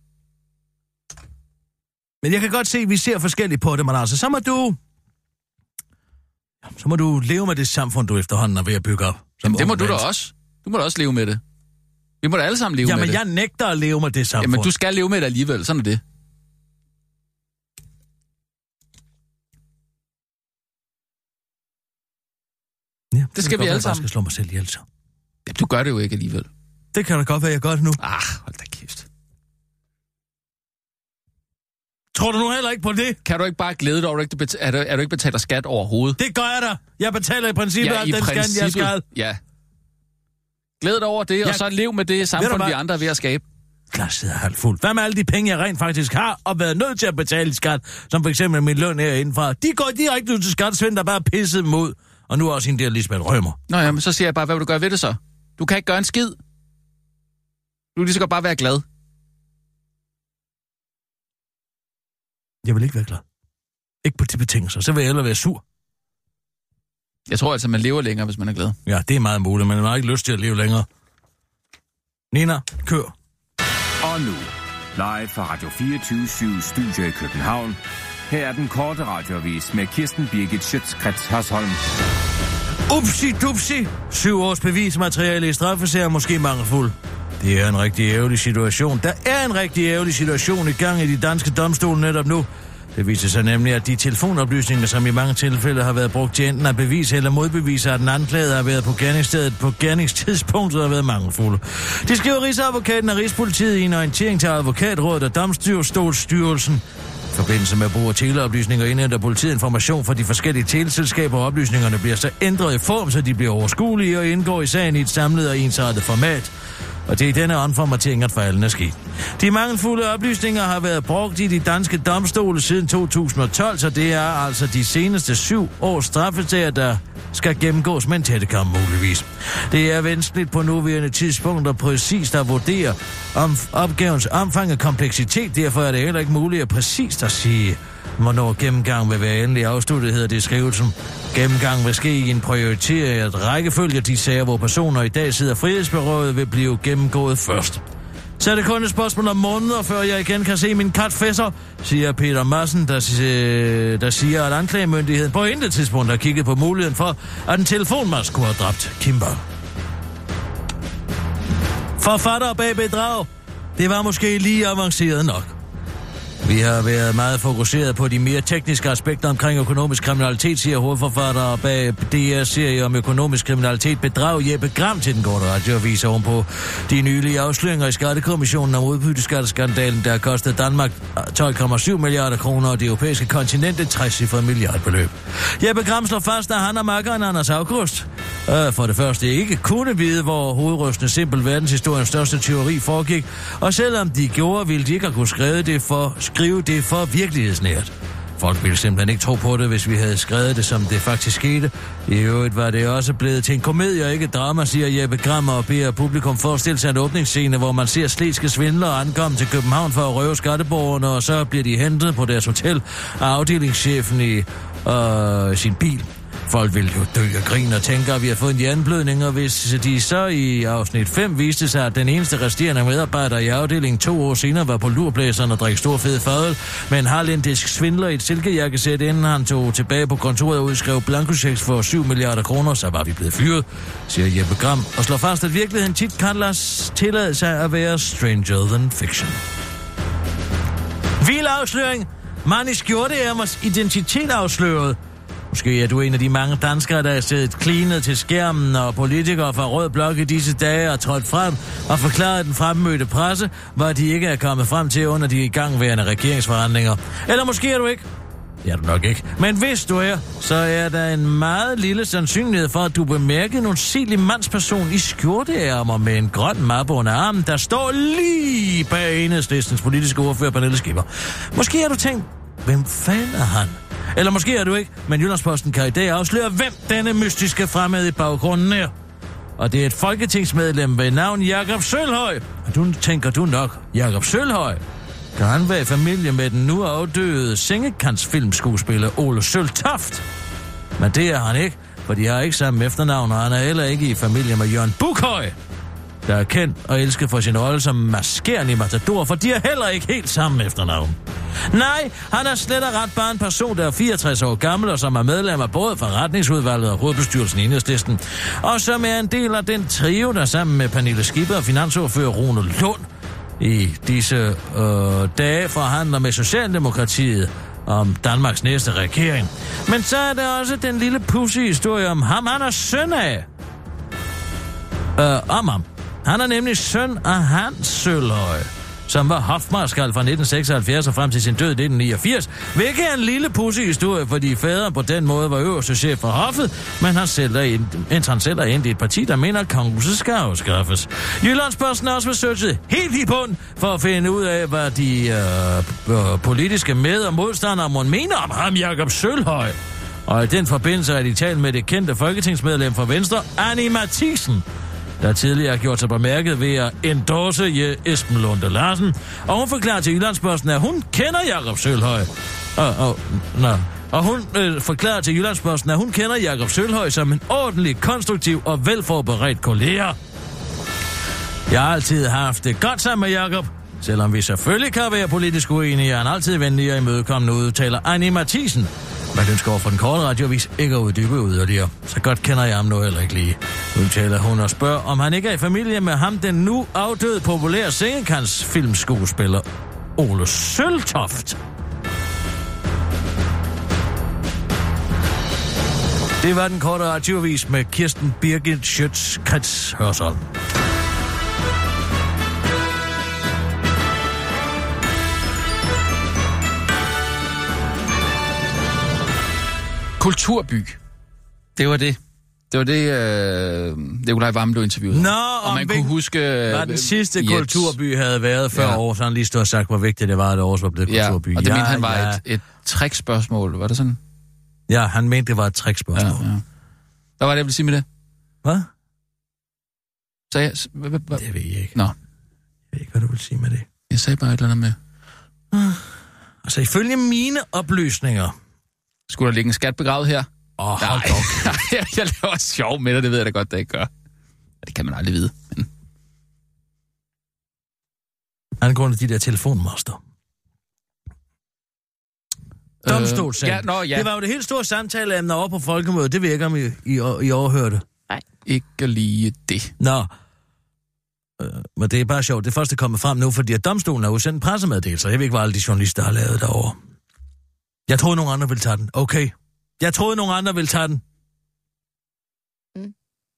Men jeg kan godt se, at vi ser forskelligt på det, men altså, så må du... Så må du leve med det samfund, du efterhånden er ved at bygge op. Jamen, det må du da også. Du må da også leve med det. Vi må da alle sammen leve Jamen, med det. Jamen, jeg nægter at leve med det samfund. Jamen, du skal leve med det alligevel. Sådan er det. Ja, det, det skal vi alle sammen. Jeg skal slå mig selv ihjel, så. Ja, du gør det jo ikke alligevel. Det kan da godt være, jeg gør det nu. Ah, hold da kæft. Tror du nu heller ikke på det? Kan du ikke bare glæde dig over, at du, bet- er du, er du ikke betaler skat overhovedet? Det gør jeg da. Jeg betaler i princippet ja, af i den skat, jeg skal. Ja. Glæd dig over det, ja. Og så lev med det samfund, vi andre er ved at skabe. Glasset er halvt fuldt. Hvad med alle de penge, jeg rent faktisk har, og været nødt til at betale skat, som for eksempel min løn herindefra? De går direkte ud til Skattesvind, der bare pisset dem ud. Og nu også en del Lisbeth Rømer. Nå ja, men så siger jeg bare, hvad vil du gøre ved det så? Du kan ikke gøre en skid. Du vil lige så godt bare være glad. Jeg vil ikke være glad. Ikke på de betingelser. Så vil jeg hellere være sur. Jeg tror altså, man lever længere, hvis man er glad. Ja, det er meget muligt, men man har ikke lyst til at leve længere. Nina, kør. Og nu, live fra Radio fireogtyve syv Studio i København. Her er den korte radioavis med Kirsten Birgit Schøtz-Krets Hørsholm. Upsi dupsi. Syv års bevismateriale i straffesager er måske mangelfuld. Det er en rigtig ærgerlig situation. Der er en rigtig ærgerlig situation i gang i de danske domstole netop nu. Det viser sig nemlig, at de telefonoplysninger, som i mange tilfælde har været brugt til enten at bevise eller modbevise, at den anklagede har været på gerningsstedet på gerningstidspunktet har været mangelfulde. Det skriver Rigsadvokaten og Rigspolitiet i en orientering til Advokatrådet og Domstolsstyrelsen. I forbindelse med brug af teleoplysninger indhenter politiet information fra de forskellige teleselskaber, og oplysningerne bliver så ændret i form, så de bliver overskuelige og indgår i sagen i et samlet og ensartet format. Og det er i denne omformatering, at fejlen er sket. De mangelfulde oplysninger har været brugt i de danske domstole siden to tusind og tolv, så det er altså de seneste syv års straffesager, der skal gennemgås med en tættekam muligvis. Det er vanskeligt på nuværende tidspunkt at præcist at vurdere om opgavens omfang og kompleksitet. Derfor er det heller ikke muligt at præcist at sige, hvornår gennemgang vil være endelig afsluttet, hedder det i skrivelsen. Gennemgang vil ske i en prioriteret rækkefølge. De sager, hvor personer i dag sidder frihedsberøvet, vil blive gennemgået først. Så er det kun et spørgsmål om måneder, før jeg igen kan se min katfæsser, siger Peter Madsen, der, der siger, at anklagemyndigheden på intet tidspunkt har kigget på muligheden for, at en telefonmask kunne have dræbt Kimber. Forfatter bag bedrag. Det var måske lige avanceret nok. Vi har været meget fokuseret på de mere tekniske aspekter omkring økonomisk kriminalitet, siger hovedforfatter bag D R-serie om økonomisk kriminalitet Bedrag Jeppe Gram til den korte radioavis ovenpå de nylige afsløringer i Skattekommissionen om udbytteskatteskandalen, der har kostet Danmark tolv komma syv milliarder kroner og det europæiske kontinent et trecifret milliardbeløb. Jeppe Gram slår fast, at han og makkeren Anders August øh, for det første ikke kunne vide, hvor hovedrystende simpel verdenshistoriens største teori foregik, og selvom de gjorde, ville de ikke have kunne skrive det for skrive det for virkelighedsnært. Folk ville simpelthen ikke tro på det, hvis vi havde skrevet det, som det faktisk skete. I øvrigt var det også blevet til en komedie og ikke drama, siger Jeppe Gram og beder publikum forestille sig en åbningsscene, hvor man ser slæske svindlere ankomme til København for at røve skatteborgerne, og så bliver de hentet på deres hotel af afdelingschefen i øh, sin bil. Folk ville jo dø og grine og tænke, at vi har fået en hjerneblødning, og hvis de så i afsnit fem viste sig, at den eneste resterende medarbejder i afdelingen to år senere var på lurblæseren og drikke stor fed fadøl med en halvindisk svindler i et silkejakkesæt, inden han tog tilbage på kontoret og udskrev blankochecks for syv milliarder kroner, så var vi blevet fyret, siger Jeppe Gram, og slår fast, at virkeligheden tit kan lade tillade sig at være stranger than fiction. Vild afsløring. Mand i skjorteærmers identitet afsløret. Måske er du en af de mange danskere, der er siddet klinet til skærmen, og politikere fra Rød Blok i disse dage er trådt frem og forklaret den fremmødte presse, hvad de ikke er kommet frem til under de igangværende regeringsforhandlinger. Eller måske er du ikke. Det er du nok ikke. Men hvis du er, så er der en meget lille sandsynlighed for, at du bemærker en undsigelig mandsperson i skjorteærmer med en grøn mappe under armen, der står lige bag Enhedslistens politiske ordfører Pernille Skipper. Måske har du tænkt, hvem fanden er han? Eller måske er du ikke, men Jyllandsposten kan i dag afsløre, hvem denne mystiske fremmed i baggrunden er. Og det er et folketingsmedlem ved navn Jakob Sølhøj. Og du tænker du nok, Jakob Sølhøj? Kan han være i familie med den nu afdøde sengekantsfilmskuespiller Ole Søltoft? Men det er han ikke, for de har ikke samme efternavn, og han er heller ikke i familie med Jørgen Bukhøj, der er kendt og elsket for sin rolle som maskerende i Matador, for de er heller ikke helt samme efternavn. Nej, han er slet og ret bare en person, der er fireogtres år gammel, og som er medlem af både forretningsudvalget og hovedbestyrelsen i Enhedslisten, og som er en del af den trio, der sammen med Pernille Skipper og finansordfører Rune Lund i disse øh, dage forhandler med Socialdemokratiet om Danmarks næste regering. Men så er der også den lille pussy historie om ham, han er søn af. Øh, om ham. Han er nemlig søn af Hans Sølhøj, som var hofmarskal fra nitten seksoghalvfjerds og frem til sin død i nitten niogfirs. Hvilket er en lille pudsig historie, fordi faderen på den måde var øverste chef for hoffet, men han selv er ind, indtil han selv er ind i et parti, der mener, at kongehuset skal afskaffes. Jyllandsposten har også forsøgt helt i bund for at finde ud af, hvad de øh, øh, politiske med- og modstandere må mene om ham, Jakob Sølhøj. Og i den forbindelse er de talt med det kendte folketingsmedlem fra Venstre, Annie Matthiesen, der tidligere har gjort sig bemærket ved at endorse Esben Lunde Larsen, og hun forklarer til Jyllandsposten, at hun kender Jakob Sølhøj. Og, og, nå, og hun øh, forklarer til Jyllandsposten, at hun kender Jakob Sølhøj som en ordentlig, konstruktiv og velforberedt kollega. Jeg har altid haft det godt sammen med Jakob. Selvom vi selvfølgelig kan være politisk uenige, er han altid venlig og imødekommende, udtaler Annie Matthiesen. Man ønsker over for den korte radiovis ikke at uddybe yderligere. Så godt kender jeg ham nu heller ikke lige. Udtaler hun og spørger, om han ikke er i familie med ham, den nu afdøde populære sengekants filmskuespiller Ole Søltoft. Det var den korte radiovis med Kirsten Birgit Schøtz-Krets Hørsholm. Kulturby. Det var det. Det var det, øh, Nikolaj Wammen blev interviewet. Nå, og man kunne huske... Hvad den sidste Jets. Kulturby havde været før ja. år, så han lige stod og sagt, hvor vigtigt det var, at Aarhus var blevet ja, kulturby. og det ja, mente han var ja. et, et trickspørgsmål. Var det sådan? Ja, han mente, det var et trickspørgsmål. Ja, ja. Hvad var det, jeg ville sige med det? Hvad? Så jeg, h- h- h- det ved jeg ikke. Nå. Jeg ved ikke, hvad du vil sige med det. Jeg sagde bare et eller andet med... Uh, altså, ifølge mine oplysninger... Skulle der ligge en skat begravet her? Åh, oh, nej, jeg, jeg laver sjov med det, det ved jeg da godt, det ikke gør. Det kan man aldrig vide, men... Angående de der telefonmaster. Domstolssagen. Øh, ja, nå, ja. Det var jo det helt store samtaleemne over på Folkemødet. Det ved jeg ikke, om I, I, I overhørte. Nej. Ikke lige det. Nå. Øh, men det er bare sjovt. Det første er kommet frem nu, fordi at domstolen har udsendt en pressemeddelelse. Jeg ved ikke, hvad alle de journalister har lavet derovre. Jeg troede, nogen andre ville tage den. Okay. Jeg troede, nogen andre ville tage den. Mm.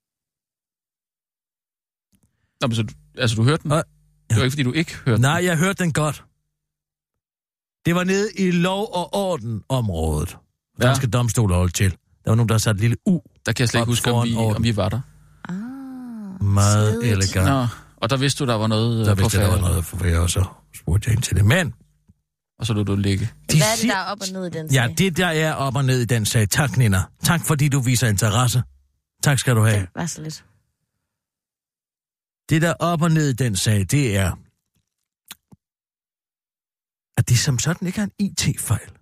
Nå, men så, altså, du hørte den? Ja. Det var ikke, fordi du ikke hørte den? Nej, jeg hørte den godt. Det var nede i lov- og orden-området. Ja. Danske domstol holdt til. Der var nogen, der satte et lille U. Der kan jeg slet ikke huske, om vi, om vi var der. Ah, Meget svedigt. elegant. Nå, og der vidste du, der var noget Der på vidste jeg, der var færden. noget for jeg, og så spurgte jeg ind til det. Men Og så lod du ligge. de Hvad er det, siger- der er op og ned i den sag? Ja, det der er op og ned i den sag. Tak, Nina. Tak, fordi du viser interesse. Tak skal du have. Det var så lidt. Det der op og ned i den sag, det er, at det som sådan ikke er en I T-fejl.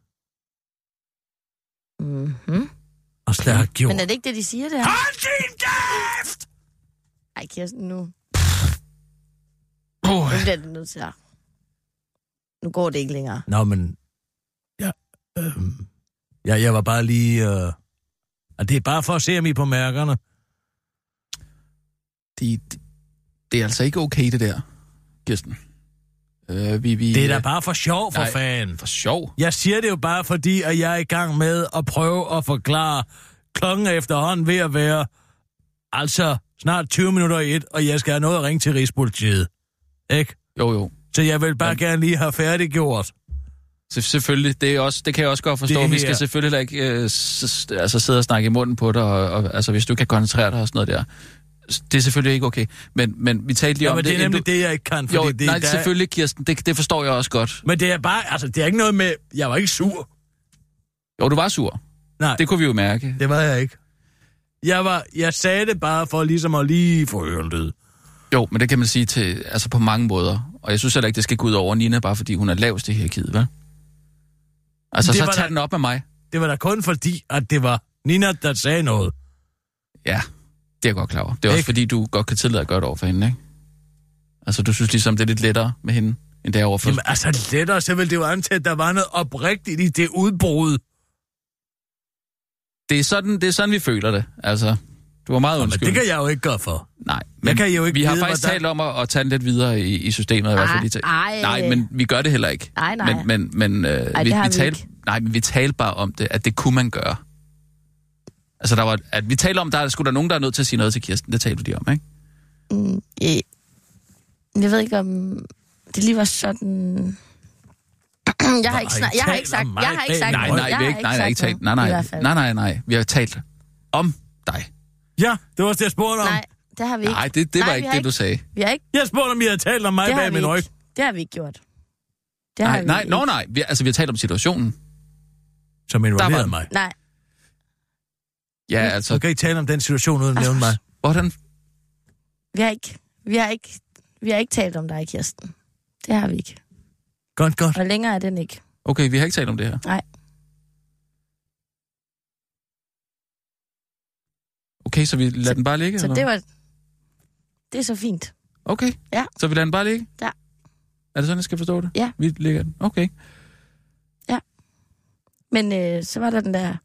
Mm-hmm. Og slet har gjort. Men er det ikke det, de siger, det her? Hold din kæft! Ej, Kirsten, nu. Oh. Nu bliver det nødt til at... Nu går det ikke længere. Nå, men... Ja, øhm, ja jeg var bare lige... Øh, og det er bare for at se, om I er på mærkerne. Det, det, det er altså ikke okay, det der, Kirsten. Øh, vi, vi, Det er da bare for sjov, for nej, fanden. For sjov. Jeg siger det jo bare, fordi at jeg er i gang med at prøve at forklare klokken efterhånden ved at være... Altså, snart tyve minutter i et, og jeg skal have noget at ringe til Rigspolitiet. Ikke? Jo, jo. Så jeg vil bare Men- gerne lige have færdiggjort. Så selvfølgelig, det, er også, det kan jeg også godt forstå. Det Vi skal her- selvfølgelig ikke øh, s- s- altså sidde og snakke i munden på dig, og, og, altså hvis du ikke kan koncentrere dig og sådan noget der. Det er selvfølgelig ikke okay. Men, men vi talte lige Ja, om men det er inden nemlig du... det, jeg ikke kan. Fordi Jo, det, nej, der er- selvfølgelig, Kirsten. Det, det forstår jeg også godt. Men det er bare... Altså, det er ikke noget med... Jeg var ikke sur. Jo, du var sur. Nej, Det kunne vi jo mærke. det var jeg ikke. Jeg, var, jeg sagde det bare for ligesom at lige få hørenlyd. Jo, men det kan man sige til, altså på mange måder. Og jeg synes heller ikke, det skal gå ud over Nina, bare fordi hun er lavest i hierarkiet, vel? Altså, Det så var tag da- den op med mig. Det var da kun fordi, at det var Nina, der sagde noget. Ja, det er jeg godt klar over. Det er også Ikke? fordi, du godt kan tillade at gøre det over for hende, ikke? Altså, du synes ligesom, det er lidt lettere med hende, end det er over for... Jamen, altså lettere, så ville det jo antage, at der var noget oprigtigt i det udbrud. Det er sådan, det er sådan vi føler det. Altså, du var meget Men undskyld. det kan jeg jo ikke gøre for. Nej, Jeg kan jo ikke vi har vide, faktisk hvordan- talt om at, at tage den lidt videre i, i systemet. I hvert fald. lige Ej, til- ej. Nej, men vi gør det heller ikke. Nej, nej. Men, men, men øh, Ej, vi, det har vi vi talte, ikke. nej, men vi talte bare om det, at det kunne man gøre. Altså, der var, at vi talte om, der er, skulle der nogen, der er nødt til at sige noget til Kirsten. Det talte vi lige om, ikke? Mm, jeg, jeg ved ikke, om det lige var sådan... jeg har ikke, snak, jeg har ikke sagt... Jeg har ikke sagt... Nej, noget. nej, Jeg vi har har ikke, nej, nej, ikke sagt talt. Nej, noget, i nej, hvert fald. nej, nej, nej. Vi har talt om dig. Ja, det var også det, jeg spurgte om. Nej, det har vi ikke. Nej, det, det var Nej, vi ikke har det, ikke- du sagde. Vi har ikke... Jeg spurgte, om I havde talt om mig Det har bag vi min ryg. ikke. Det har vi ikke gjort. Det har Nej, vi nej, ikke. nå nej. Vi, altså, vi har talt om situationen. Som involverede Der var- mig. Nej, Ja, altså, Så kan I tale om den situation uden at nævne mig. hvordan... vi har ikke... Vi har ikke... Vi har ikke talt om dig, Kirsten. Det har vi ikke. Godt, godt. Og længere er den ikke. Okay, vi har ikke talt om det her. Nej. Okay, så vi lader Så- den bare ligge? Så eller? det var... Det er så fint. Okay. Ja. Så vi lader den bare ligge? Ja. Er det sådan, jeg skal forstå det? Ja. Vi lægger den. Okay. Men øh, så var der den der...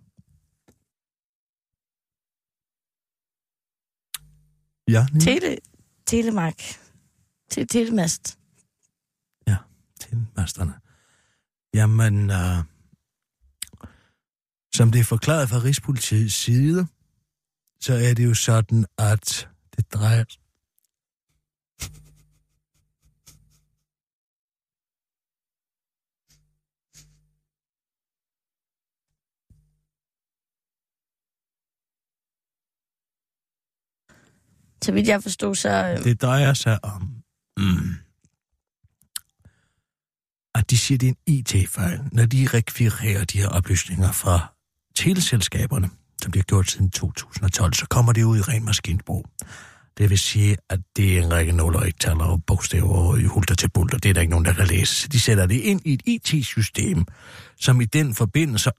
Ja, Nina. Tele... Telemark. Til telemast. Til masterne. Jamen, uh, som det er forklaret fra Rigspolitiets side, så er det jo sådan, at det drejer Så vidt jeg forstod, så... Øh, Det drejer sig om, mm, at de siger, det er en I T-fejl, når de rekvirerer de her oplysninger fra teleselskaberne, som de har gjort siden to tusind og tolv, så kommer det ud i ren maskinbrug. Det vil sige, at det er en række nuller og ektaller og bogstaver og hulter til bulter. Det er der ikke nogen, der kan læse. Så de sætter det ind i et I T-system, som i den forbindelse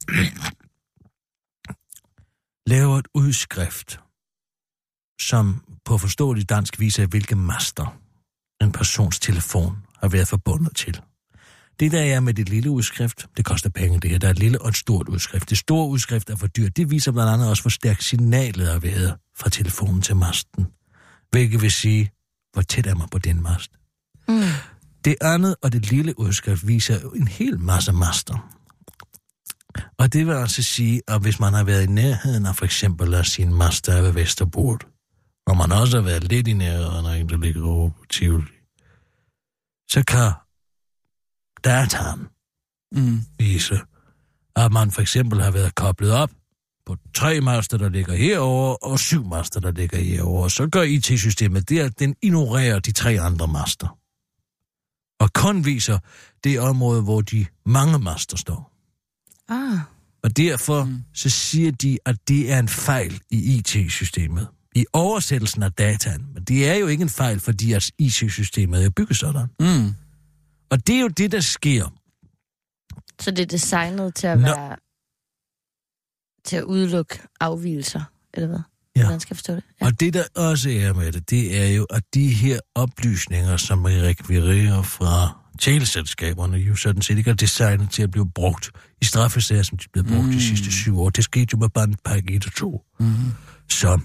laver et udskrift, som på forståeligt dansk viser, hvilke master en persons telefon har været forbundet til. Det der er med det lille udskrift, det koster penge det her. Der er et lille og et stort udskrift. Det store udskrift er for dyrt. Det viser blandt andet også, hvor stærkt signalet har været fra telefonen til masten. Hvilket vil sige, hvor tæt er man på den mast. Mm. Det andet og det lille udskrift viser jo en hel masse master. Og det vil altså sige, at hvis man har været i nærheden af for eksempel af sin master ved Vesterbort, og man også har været lidt i nærheden af en, der ligger over på Tivoli, så kan dataen mm. vise, at man for eksempel har været koblet op på tre master, der ligger herover og syv master, der ligger herover. Så gør I T-systemet det, at den ignorerer de tre andre master. Og kun viser det område, hvor de mange master står. Ah. Og derfor mm. så siger de, at det er en fejl i I T-systemet. I oversættelsen af dataen. Men det er jo ikke en fejl, fordi at I T-systemet er bygget sådan. Mm. Og det er jo det, der sker. Så det er designet til at Nå. være... til at udelukke afvigelser, eller hvad? Ja. Hvordan skal jeg forstå det? Ja. Og det, der også er med det, det er jo, at de her oplysninger, som rekvirerer fra teleselskaberne, jo sådan set ikke er designet til at blive brugt i straffesager, som de er blevet brugt mm. de sidste syv år. Det skete jo med bandpakke et og to, mm. som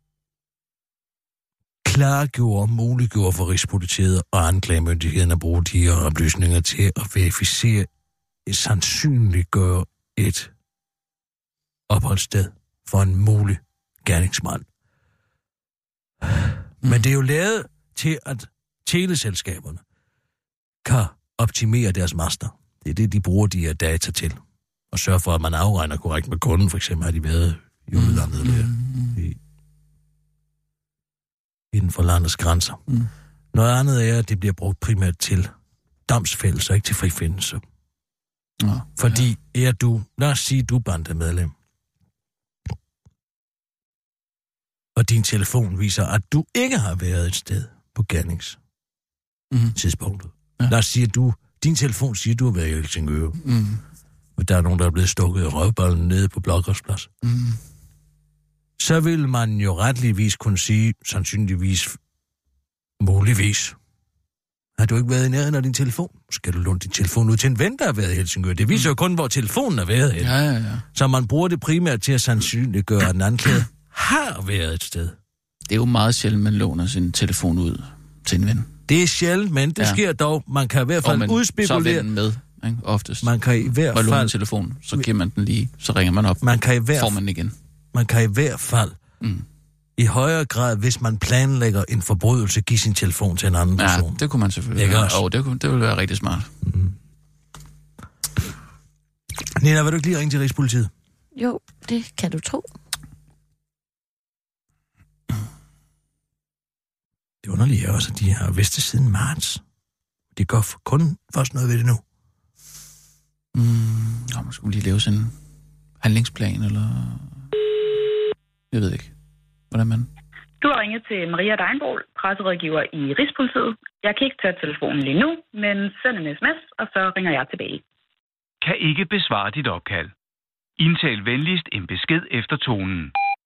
klargjorde, muliggjorde for Rigspolitiet og anklagemyndigheden at bruge de her oplysninger til at verificere, sandsynliggøre et opholdssted for en mulig gerningsmand. Mm. Men det er jo lavet til, at teleselskaberne kan optimere deres master. Det er det, de bruger de her data til. Og sørge for, at man afregner korrekt med kunden. For eksempel har de været i udlandet mm. der. I, inden for landets grænser. Mm. Noget andet er, at det bliver brugt primært til domsfældelse, ikke til frifindelse. Ja, Fordi ja. er du, lad os sige, du er bandemedlem, og din telefon viser, at du ikke har været et sted på gerningstidspunktet. Mm. Ja. Lad os sige, at du, din telefon siger, at du har været i Helsingør. Mm. Og der er nogen, der er blevet stukket i røvballen nede på Blågårdsplads. Mm. Så vil man jo retligvis kunne sige, sandsynligvis, muligvis, har du ikke været i nærheden af din telefon? Skal du låne din telefon ud til en ven, der har været i Helsingør? Det viser mm. jo kun, hvor telefonen har været. Ja, ja, ja. Så man bruger det primært til at sandsynliggøre, at den anklagede har været et sted. Det er jo meget sjældent, man låner sin telefon ud til en ven. Det er sjældent, men det ja. sker dog. Man kan i hvert fald udspekulere. Så er vennen med, ikke? Oftest. Man kan i hvert fald... Og låne en telefon, så giver man den lige, så ringer man op. Man kan i hvert... får man den igen. Man kan i hvert fald, mm. i højere grad, hvis man planlægger en forbrydelse, give sin telefon til en anden ja, person. Ja, det kunne man selvfølgelig. Ikke også? Oh, det, kunne, det ville være rigtig smart. Mm. Nina, vil du ikke lige ringe til Rigspolitiet? Jo, det kan du tro. Det underlige er også, at de har vidst det siden marts. Det går kun først noget ved det nu. Mm, ja, man skulle lige lave sådan en handlingsplan, eller... Jeg ved ikke, hvordan man... Du har ringet til Maria Deinbol, presserådgiver i Rigspolitiet. Jeg kan ikke tage telefonen lige nu, men send en sms, og så ringer jeg tilbage. Kan ikke besvare dit opkald. Indtal venligst en besked efter tonen.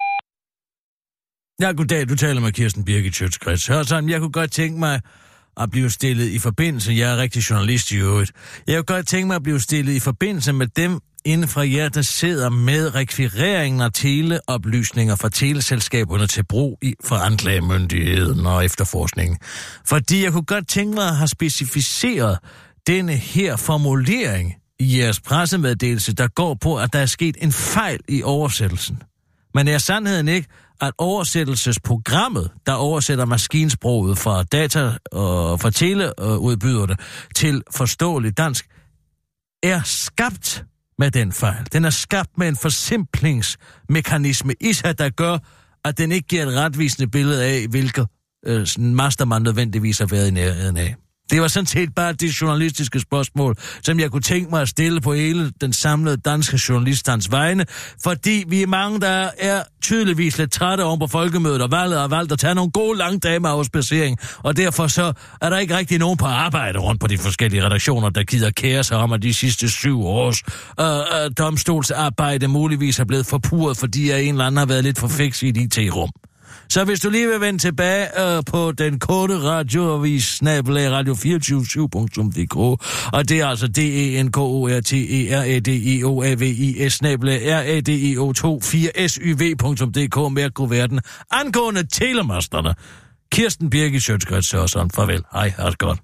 Ja, goddag. Du taler med Kirsten Birgit Schøtz-Krets. Hør sådan, jeg kunne godt tænke mig at blive stillet i forbindelse... Jeg er rigtig journalist i øvrigt. Jeg kunne godt tænke mig at blive stillet i forbindelse med dem inden fra jer, der sidder med rekvireringen af teleoplysninger fra teleselskaberne til brug i for anklagemyndigheden og efterforskningen. Fordi jeg kunne godt tænke mig at have specificeret denne her formulering i jeres pressemeddelelse, der går på, at der er sket en fejl i oversættelsen. Men er sandheden ikke, at oversættelsesprogrammet, der oversætter maskinsproget fra data og fra teleudbyderne til forståeligt dansk, er skabt med den fejl. Den er skabt med en forsimplingsmekanisme i sig, der gør, at den ikke giver et retvisende billede af, hvilke øh, master man nødvendigvis har været i nærheden af. Det var sådan set bare det journalistiske spørgsmål, som jeg kunne tænke mig at stille på hele den samlede danske journalistans vegne, fordi vi er mange, der er tydeligvis lidt trætte om på folkemødet og valget og valgt at tage nogle gode lange dage med afspacering, og derfor så er der ikke rigtig nogen på arbejde rundt på de forskellige redaktioner, der gider kære sig om, at de sidste syv års øh, øh, domstolsarbejde muligvis er blevet forpurret, fordi en eller anden har været lidt for fiks i et I T-rum. Så hvis du lige vil vende tilbage øh, på den korte radioavis, snabelag radio to fire syv punktum d k, og det er altså D E N K O R T E R A D I O A V I S, snabelag R A D I O to fire S Y V punktum d k med kuverten angående telemasterne. Kirsten Birgit Sjøtskrets Sørensen, farvel. Hej, har det godt.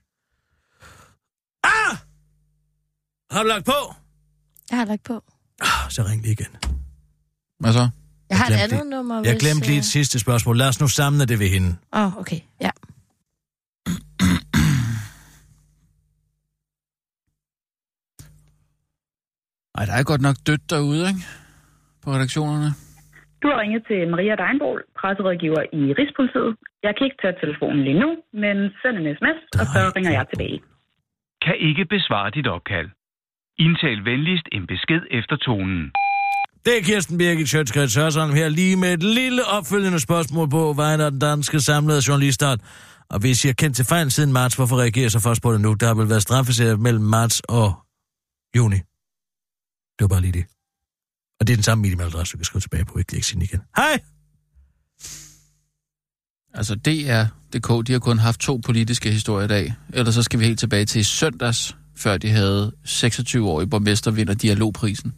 Ah! Har du lagt på? Jeg har lagt på. Ah, så ring lige igen. Hvad så? Jeg har et glemte andet det. nummer, Jeg hvis, glemte lige øh, et sidste spørgsmål. Lad os nu samle det ved hende. Åh, oh, okay, ja. Ej, der er godt nok dødt derude, ikke? På redaktionerne. Du har ringet til Maria Deinbol, presserådgiver i Rigspolitiet. Jeg kan ikke tage telefonen lige nu, men send en sms, og så ringer jeg tilbage. Kan ikke besvare dit opkald. Indtal venligst en besked efter tonen. Det er Kirsten Birgit Sjøtskrets Sørensen her lige med et lille opfølgende spørgsmål på vejen af den danske samlede journalistart. Og hvis I har kendt til fejl siden marts, hvorfor reagerer så først på det nu? Der har vel været straffeserie mellem marts og juni. Det var bare lige det. Og det er den samme minimaladresse, du kan skrive tilbage på. Ikke sige igen. Hej! Altså, D R punktum d k, de har kun haft to politiske historier i dag. Ellers så skal vi helt tilbage til i søndags, før de havde seksogtyve-årige borgmester vinder dialogprisen.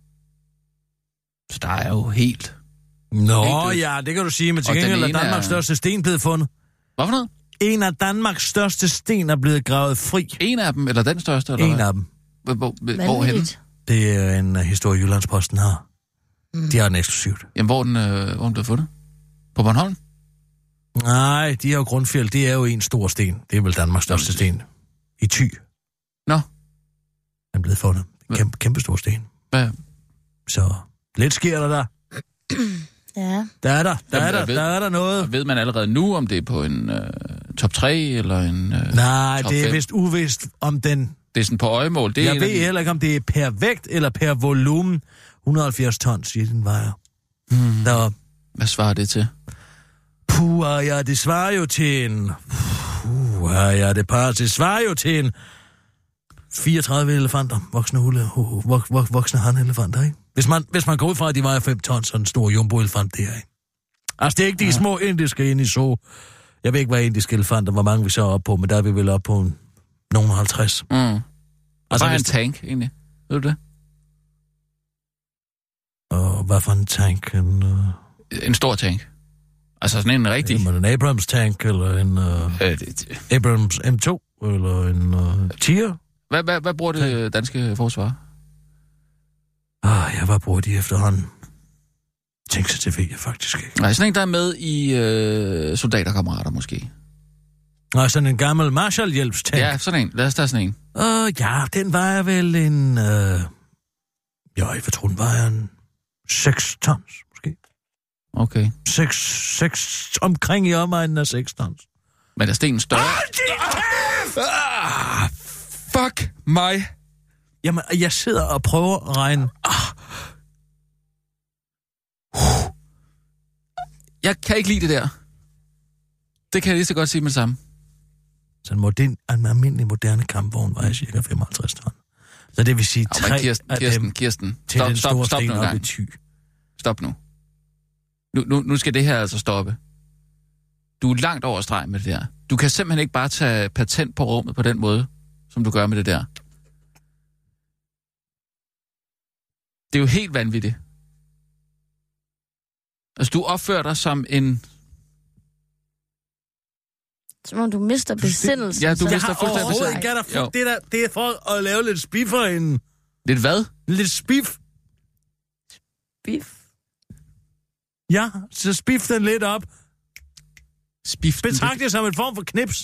Så der er jo helt... Nå helt ja, det kan du sige, men til Og gengæld er den ene Danmarks er- største sten blevet fundet. Hvad for noget? En af Danmarks største sten er blevet gravet fri. En af dem, eller den største? Eller En hvad? af dem. Hvor, hvor, hvorhen? Vanvittigt. Det er en uh, historie, Jyllandsposten har. Mm. De har den eksklusivt. Jamen, hvor er den, øh, hvor er den blevet fundet? På Bornholm? Nej, de har jo Grundfjeld. Det er jo en stor sten. Det er vel Danmarks største sten. I Thy. Nå. Den er blevet fundet. En kæmpe, kæmpe stor sten. Hvad? Så lidt sker der der. Ja. Der er der. Der Jamen, er der. jeg ved- Der er der noget. Og ved man allerede nu, om det er på en øh, top tre eller en øh, Nej, top det er fem? vist uvist om den... Det er sådan på øjemål. Det er Jeg en af ved de- heller ikke, om det er per vægt eller per volumen. et hundrede og halvfjerds tons, siger den vejer. Hmm. Der Hvad svarer det til? Puh, ja, det svarer jo til en... Puh, ja, det par, det svarer jo til en... fireogtredive elefanter, voksne, hule, vok, vok, voksne hanelefanter, ikke? Hvis man, hvis man går ud fra, at de vejer fem tons, så en stor jumbo-elefant, det er, ikke? Altså, det er ikke de ja. små indiske inde i så. Jeg ved ikke, hvad indiske elefanter, hvor mange vi så er oppe på, men der er vi vel oppe på en, nogen halvtreds. Mm. Og Altså, så er hvis en tank, egentlig. Ved du det? Og hvad for en tank? En, uh... En stor tank. Altså sådan en rigtig... Jamen, en Abrams tank, eller en uh... Øh, det, det. Abrams M to, eller en uh... Tier? Hvad, hvad, hvad bruger det danske forsvar? Ah, ja, hvad bruger de efterhånden? Tænk sig til, ved jeg faktisk ikke. Nej, sådan en, der er med i øh, soldaterkammerater, måske. Nej, sådan en gammel Marshall-hjælpstank. Ja, sådan en. Lad os tage sådan en. Åh, uh, ja, den vejer vel en... Uh... Ja, jeg tror, den vejer en seks tons, måske. Okay. seks, seks, omkring i omegnen af seks tons. Men er stenen større? Ah, fuck mig. Jamen, jeg sidder og prøver at regne. Ah. Jeg kan ikke lide det der. Det kan jeg lige så godt sige med det samme. Så en, modern, en almindelig moderne kampvogn vejer cirka femoghalvtreds ton. Så det vil sige Oh, tre Kirsten, af Kirsten, dem Kirsten. til Stop, den stop, store stop sten nu en op i gang. Thy. Stop nu. Nu, nu. nu skal det her altså stoppe. Du er langt over streg med det der. Du kan simpelthen ikke bare tage patent på rummet på den måde, som du gør med det der. Det er jo helt vanvittigt. Altså, du opfører dig som en... Som om du mister besindelsen. Ja, du så. Jeg mister har fuldstændig overhovedet besæt. ikke der, Jo. for, det, der, det er for at lave lidt spif herinde. Lidt hvad? Lidt spif. Bif. Ja, så spif den lidt op. Spif den Betragt lidt. det som en form for knips.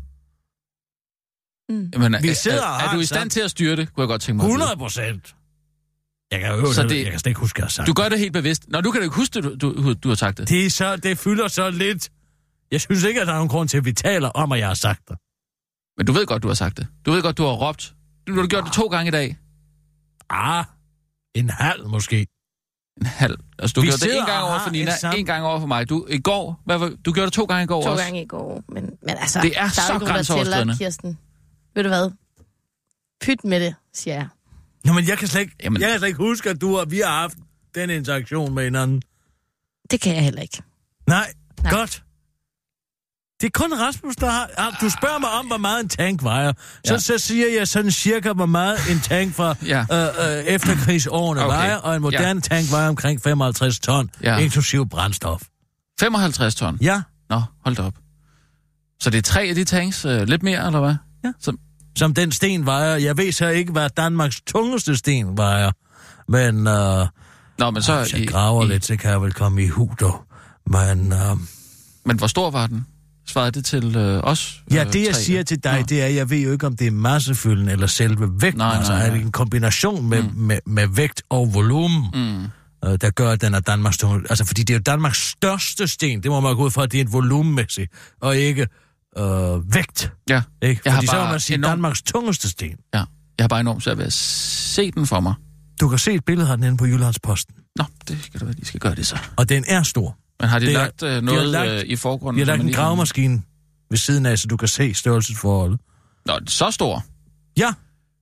Jamen, Vi er, sidder er, og er, har du i en stand sam- til at styre det, kunne jeg godt tænke mig at vide. hundrede procent. Jeg kan jo Så det, det- jeg kan slet ikke huske, at jeg har sagt Du gør det helt bevidst. Nå, du kan da ikke huske, du, du, du har sagt det. det. Er så, det fylder så lidt. Jeg synes ikke, at der er nogen grund til, at vi taler om, at jeg har sagt det. Men du ved godt, du har sagt det. Du ved godt, du har råbt. Du, du har gjort det to gange i dag. Ah, en halv måske. En halv. Altså, du Vi gjorde det sidder en gang og over har for Nina, en sam- en gang over for mig. Du, i går, hvad var, du gjorde det to gange i går To også. gange i går. Men, men altså, Det er der så er jo ikke nogen, der grænseoverskridende. tæller, Kirsten. Ved du hvad? Pyt med det, siger jeg. Nå, men jeg kan slet ikke, Jamen- jeg kan slet ikke huske, at du og vi har haft den interaktion med hinanden. Det kan jeg heller ikke. Nej, Nej. godt. Det er kun Rasmus, der har... Du spørger mig om, hvor meget en tank vejer. Så, Ja. så siger jeg sådan cirka, hvor meget en tank fra Ja. øh, øh, efterkrigsårene Okay. vejer, og en moderne ja. tank vejer omkring femoghalvtreds ton, Ja. inklusive brændstof. femoghalvtreds ton? Ja, Nå, hold da op. Så det er tre af de tanks, øh, lidt mere, eller hvad? Ja. Som, som den sten vejer. Jeg ved så ikke, hvad Danmarks tungeste sten vejer, men... Øh, Nå, men så... hvis jeg i, graver i, lidt, så kan jeg vel komme i huder. Men... Øh, Men hvor stor var den? Svarede det til øh, os? Ja, øh, det jeg tre? siger til dig, Nå. det er, jeg ved jo ikke, om det er massefylden eller selve vægten. Nej, nej, altså nej. er det en kombination med, mm. med, med vægt og volumen, Mm. øh, der gør, at den er Danmarks tunge. Altså, fordi det er jo Danmarks største sten. Det må man gå ud fra, at det er et volumenmæssigt, og ikke øh, vægt. Ja, Ikke? Jeg har Fordi så må bare man sige enorm- Danmarks tungeste sten. ja. Jeg har bare enormt svært ved at se den for mig. Du kan se et billede af den inde på Jyllandsposten. Nå, det skal da være, de skal gøre det så. Og den er stor. Men har de Det er- lagt øh, de noget har lagt- øh, i forgrunden? Vi har som lagt man en lige kan- gravemaskine ved siden af, så du kan se størrelsesforholdet. Nå, så stor. Ja,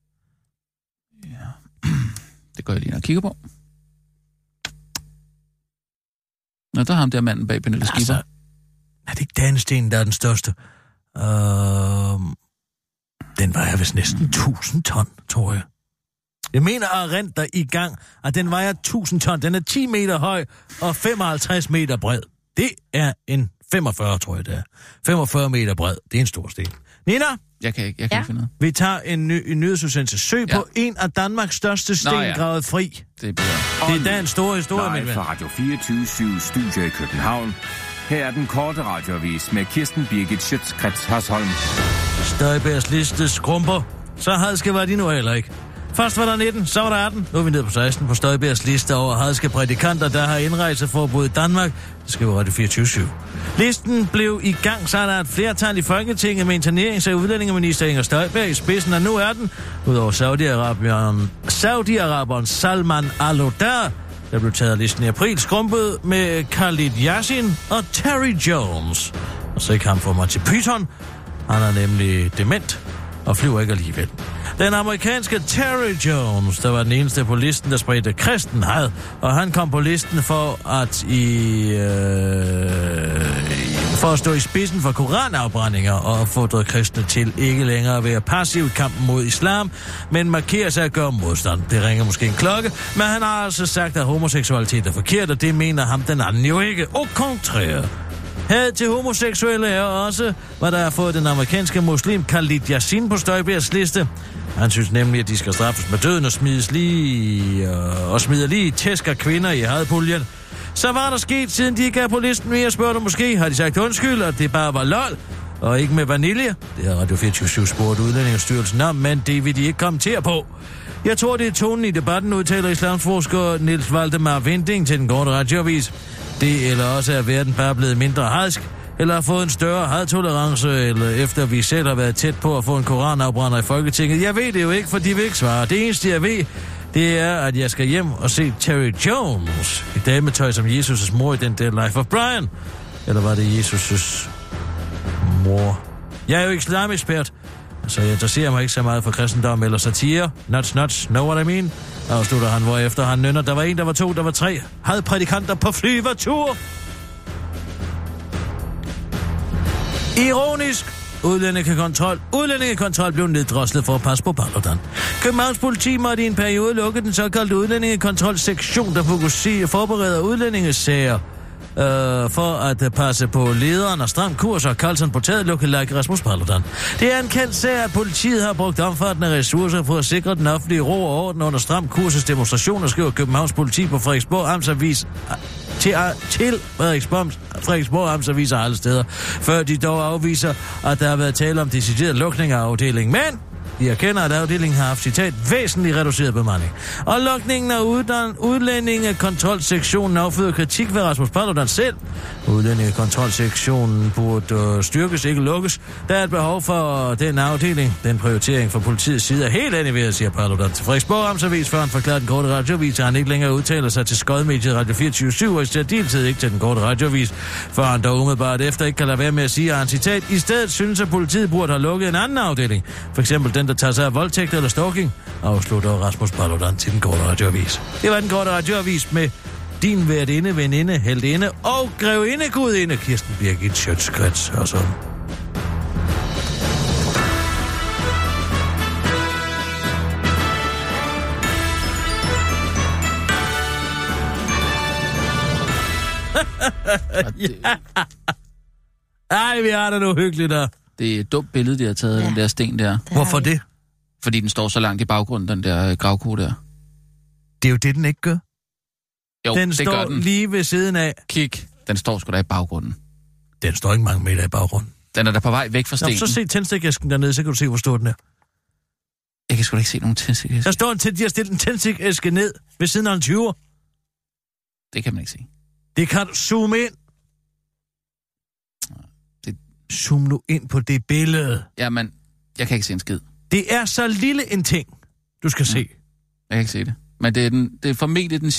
Det går jeg lige ind og kigger på. Nå, der har ham der manden bag Pernille Skipper. altså, er det ikke Danestenen, der er den største? Øh, den vejer vist næsten tusind ton, tror jeg. Jeg mener, at rent der i gang, at den vejer tusind ton. Den er ti meter høj og femoghalvtreds meter bred. Det er en femogfyrre, tror jeg det er. femogfyrre meter bred. Det er en stor sten. Nina, Jeg kan ikke, jeg kan Ja. ikke finde noget. vi tager en, ny, en nyhedsudsendelse. Søg Ja. på en af Danmarks største sten Nå, ja. gravet fri. Det bliver... Det er da en stor historie, min Live ven. fra Radio fireogtyve syv Studio i København. Her er den korte radioavis med Kirsten Birgit Schøtzgrads Hasholm. Støjbergs liste skrumper. Så hadske var de nu heller ikke. Først var der nitten, så var der atten. Nu er vi nede på seksten på Støjbergs liste over hadske prædikanter, der har indrejseforbud i Danmark. Det skriver Radio fireogtyve syv. Listen blev i gang, så er der et flertal i Folketinget med internerings- og udlændingeminister Inger Støjberg i spidsen, og nu er den, udover Saudi-Arabien, Saudi-Araberen Salman Al-Odar, der blev taget af listen i april, skrumpet med Khalid Yassin og Terry Jones. Og så ikke ham for Monty Python. Han er nemlig dement og flyver ikke alligevel. Den amerikanske Terry Jones, der var den eneste på listen, der spredte kristen had, og han kom på listen for at i øh, for at stå i spidsen for koranafbrændinger og opfordre kristne til ikke længere at være passiv i kampen mod islam, men markere sig at gøre modstand. Det ringer måske en klokke, men han har altså sagt, at homoseksualitet er forkert, og det mener ham den anden jo ikke. Au contraire. Had til homoseksuelle er også, hvad der har fået den amerikanske muslim Khalid Yassin på Støjbergs liste. Han synes nemlig, at de skal straffes med døden og smides lige, øh, og smider lige tæsk af kvinder i hadpuljen. Så var der sket, siden de ikke er på listen mere, spørger du måske. Har de sagt undskyld, at det bare var lol, og ikke med vanilje? Det har Radio fireogtyve syv spurgt Udlændingsstyrelsen om, men det vil de ikke kommentere på. Jeg tror, det er tonen i debatten, udtaler islamsforsker Niels Valdemar Vinding til den korte radioavis. Det eller også er verden bare blevet mindre hadsk, eller har fået en større hadtolerance, eller efter vi selv har været tæt på at få en koranafbrænder i Folketinget. Jeg ved det jo ikke, for de vil ikke svare. Det eneste, jeg ved, det er, at jeg skal hjem og se Terry Jones i dametøj som Jesus' mor i den der Life of Brian. Eller var det Jesus' mor? Jeg er jo islamekspert, så jeg interesserer mig ikke så meget for kristendom eller satire. Nuts, nuts, know what I mean? Afslutter han, hvorefter han nynner. Der var en, der var to, der var tre. Havde prædikanter på flyvertur. Ironisk. Udlændingekontrol. Udlændingekontrol blev neddroslet for at passe på Paludan. Københavns politi måtte i en periode lukke den såkaldte udlændingekontrolsektion, der fokuserer forbereder udlændingesager. Øh, for at passe på lederen og stram kurs og Carlsen på taget lukkelagt Rasmus Paludan. Det er en kendt sag, at politiet har brugt omfattende ressourcer for at sikre den offentlige ro og orden under stram kurses demonstrationer, skriver Københavns politi på Frederiksborg Amtsavis til, til Frederiksborg, Frederiksborg Amtsavis og alle steder, før de dog afviser, at der har været tale om decideret lukning af afdelingen. Men de erkender, at afdelingen har haft, citat, væsentligt reduceret bemanding. Og lukningen af udlændingekontrolsektionen afføder kritik ved Rasmus Paludan selv. Udlændingekontrolsektionen burde styrkes, ikke lukkes. Der er et behov for den afdeling. Den prioritering fra politiets side er helt aniveret, siger Paludan til Frederiksborg Amtsavis, før han forklarede den korte radioavis, at han ikke længere udtaler sig til skodmediet Radio fireogtyve syv, og i særdeleshed ikke til den korte radioavis, før han dog umiddelbart efter ikke kan lade være med at sige, at han, citat, i stedet synes, at politiet burde have lukket en anden afdeling. For eksempel den, der tager sig af voldtægt eller stalking, afslutter Rasmus Paludan til den korte radioavis. Det var den korte radioavis med din værtinde, veninde, heldinde og grevinde gudinde, Kirsten Birgit Schøtz-Krets Hørsholm. Ja. Ej, vi har det nu hyggeligt der. Det er et dumt billede, de har taget af ja. den der sten der. Hvorfor det? Fordi den står så langt i baggrunden, den der gravko der. Det er jo det, den ikke gør. Jo, den det står gør den. Lige ved siden af. Kig, den står sgu da i baggrunden. Den står ikke mange meter i baggrunden. Den er der på vej væk fra stenen. Nå, så se tændstikæsken dernede, så kan du se, hvor stor den er. Jeg kan sgu da ikke se nogen tændstikæske. Der står en tænd, de har stillet en tændstikæske ned ved siden af en tyver. Det kan man ikke se. Det kan du zoome ind. Det... Zoom nu ind på det billede. Jamen, jeg kan ikke se en skid. Det er så lille en ting, du skal ja. se. Jeg kan ikke se det. Men det er, den, det er formentlig den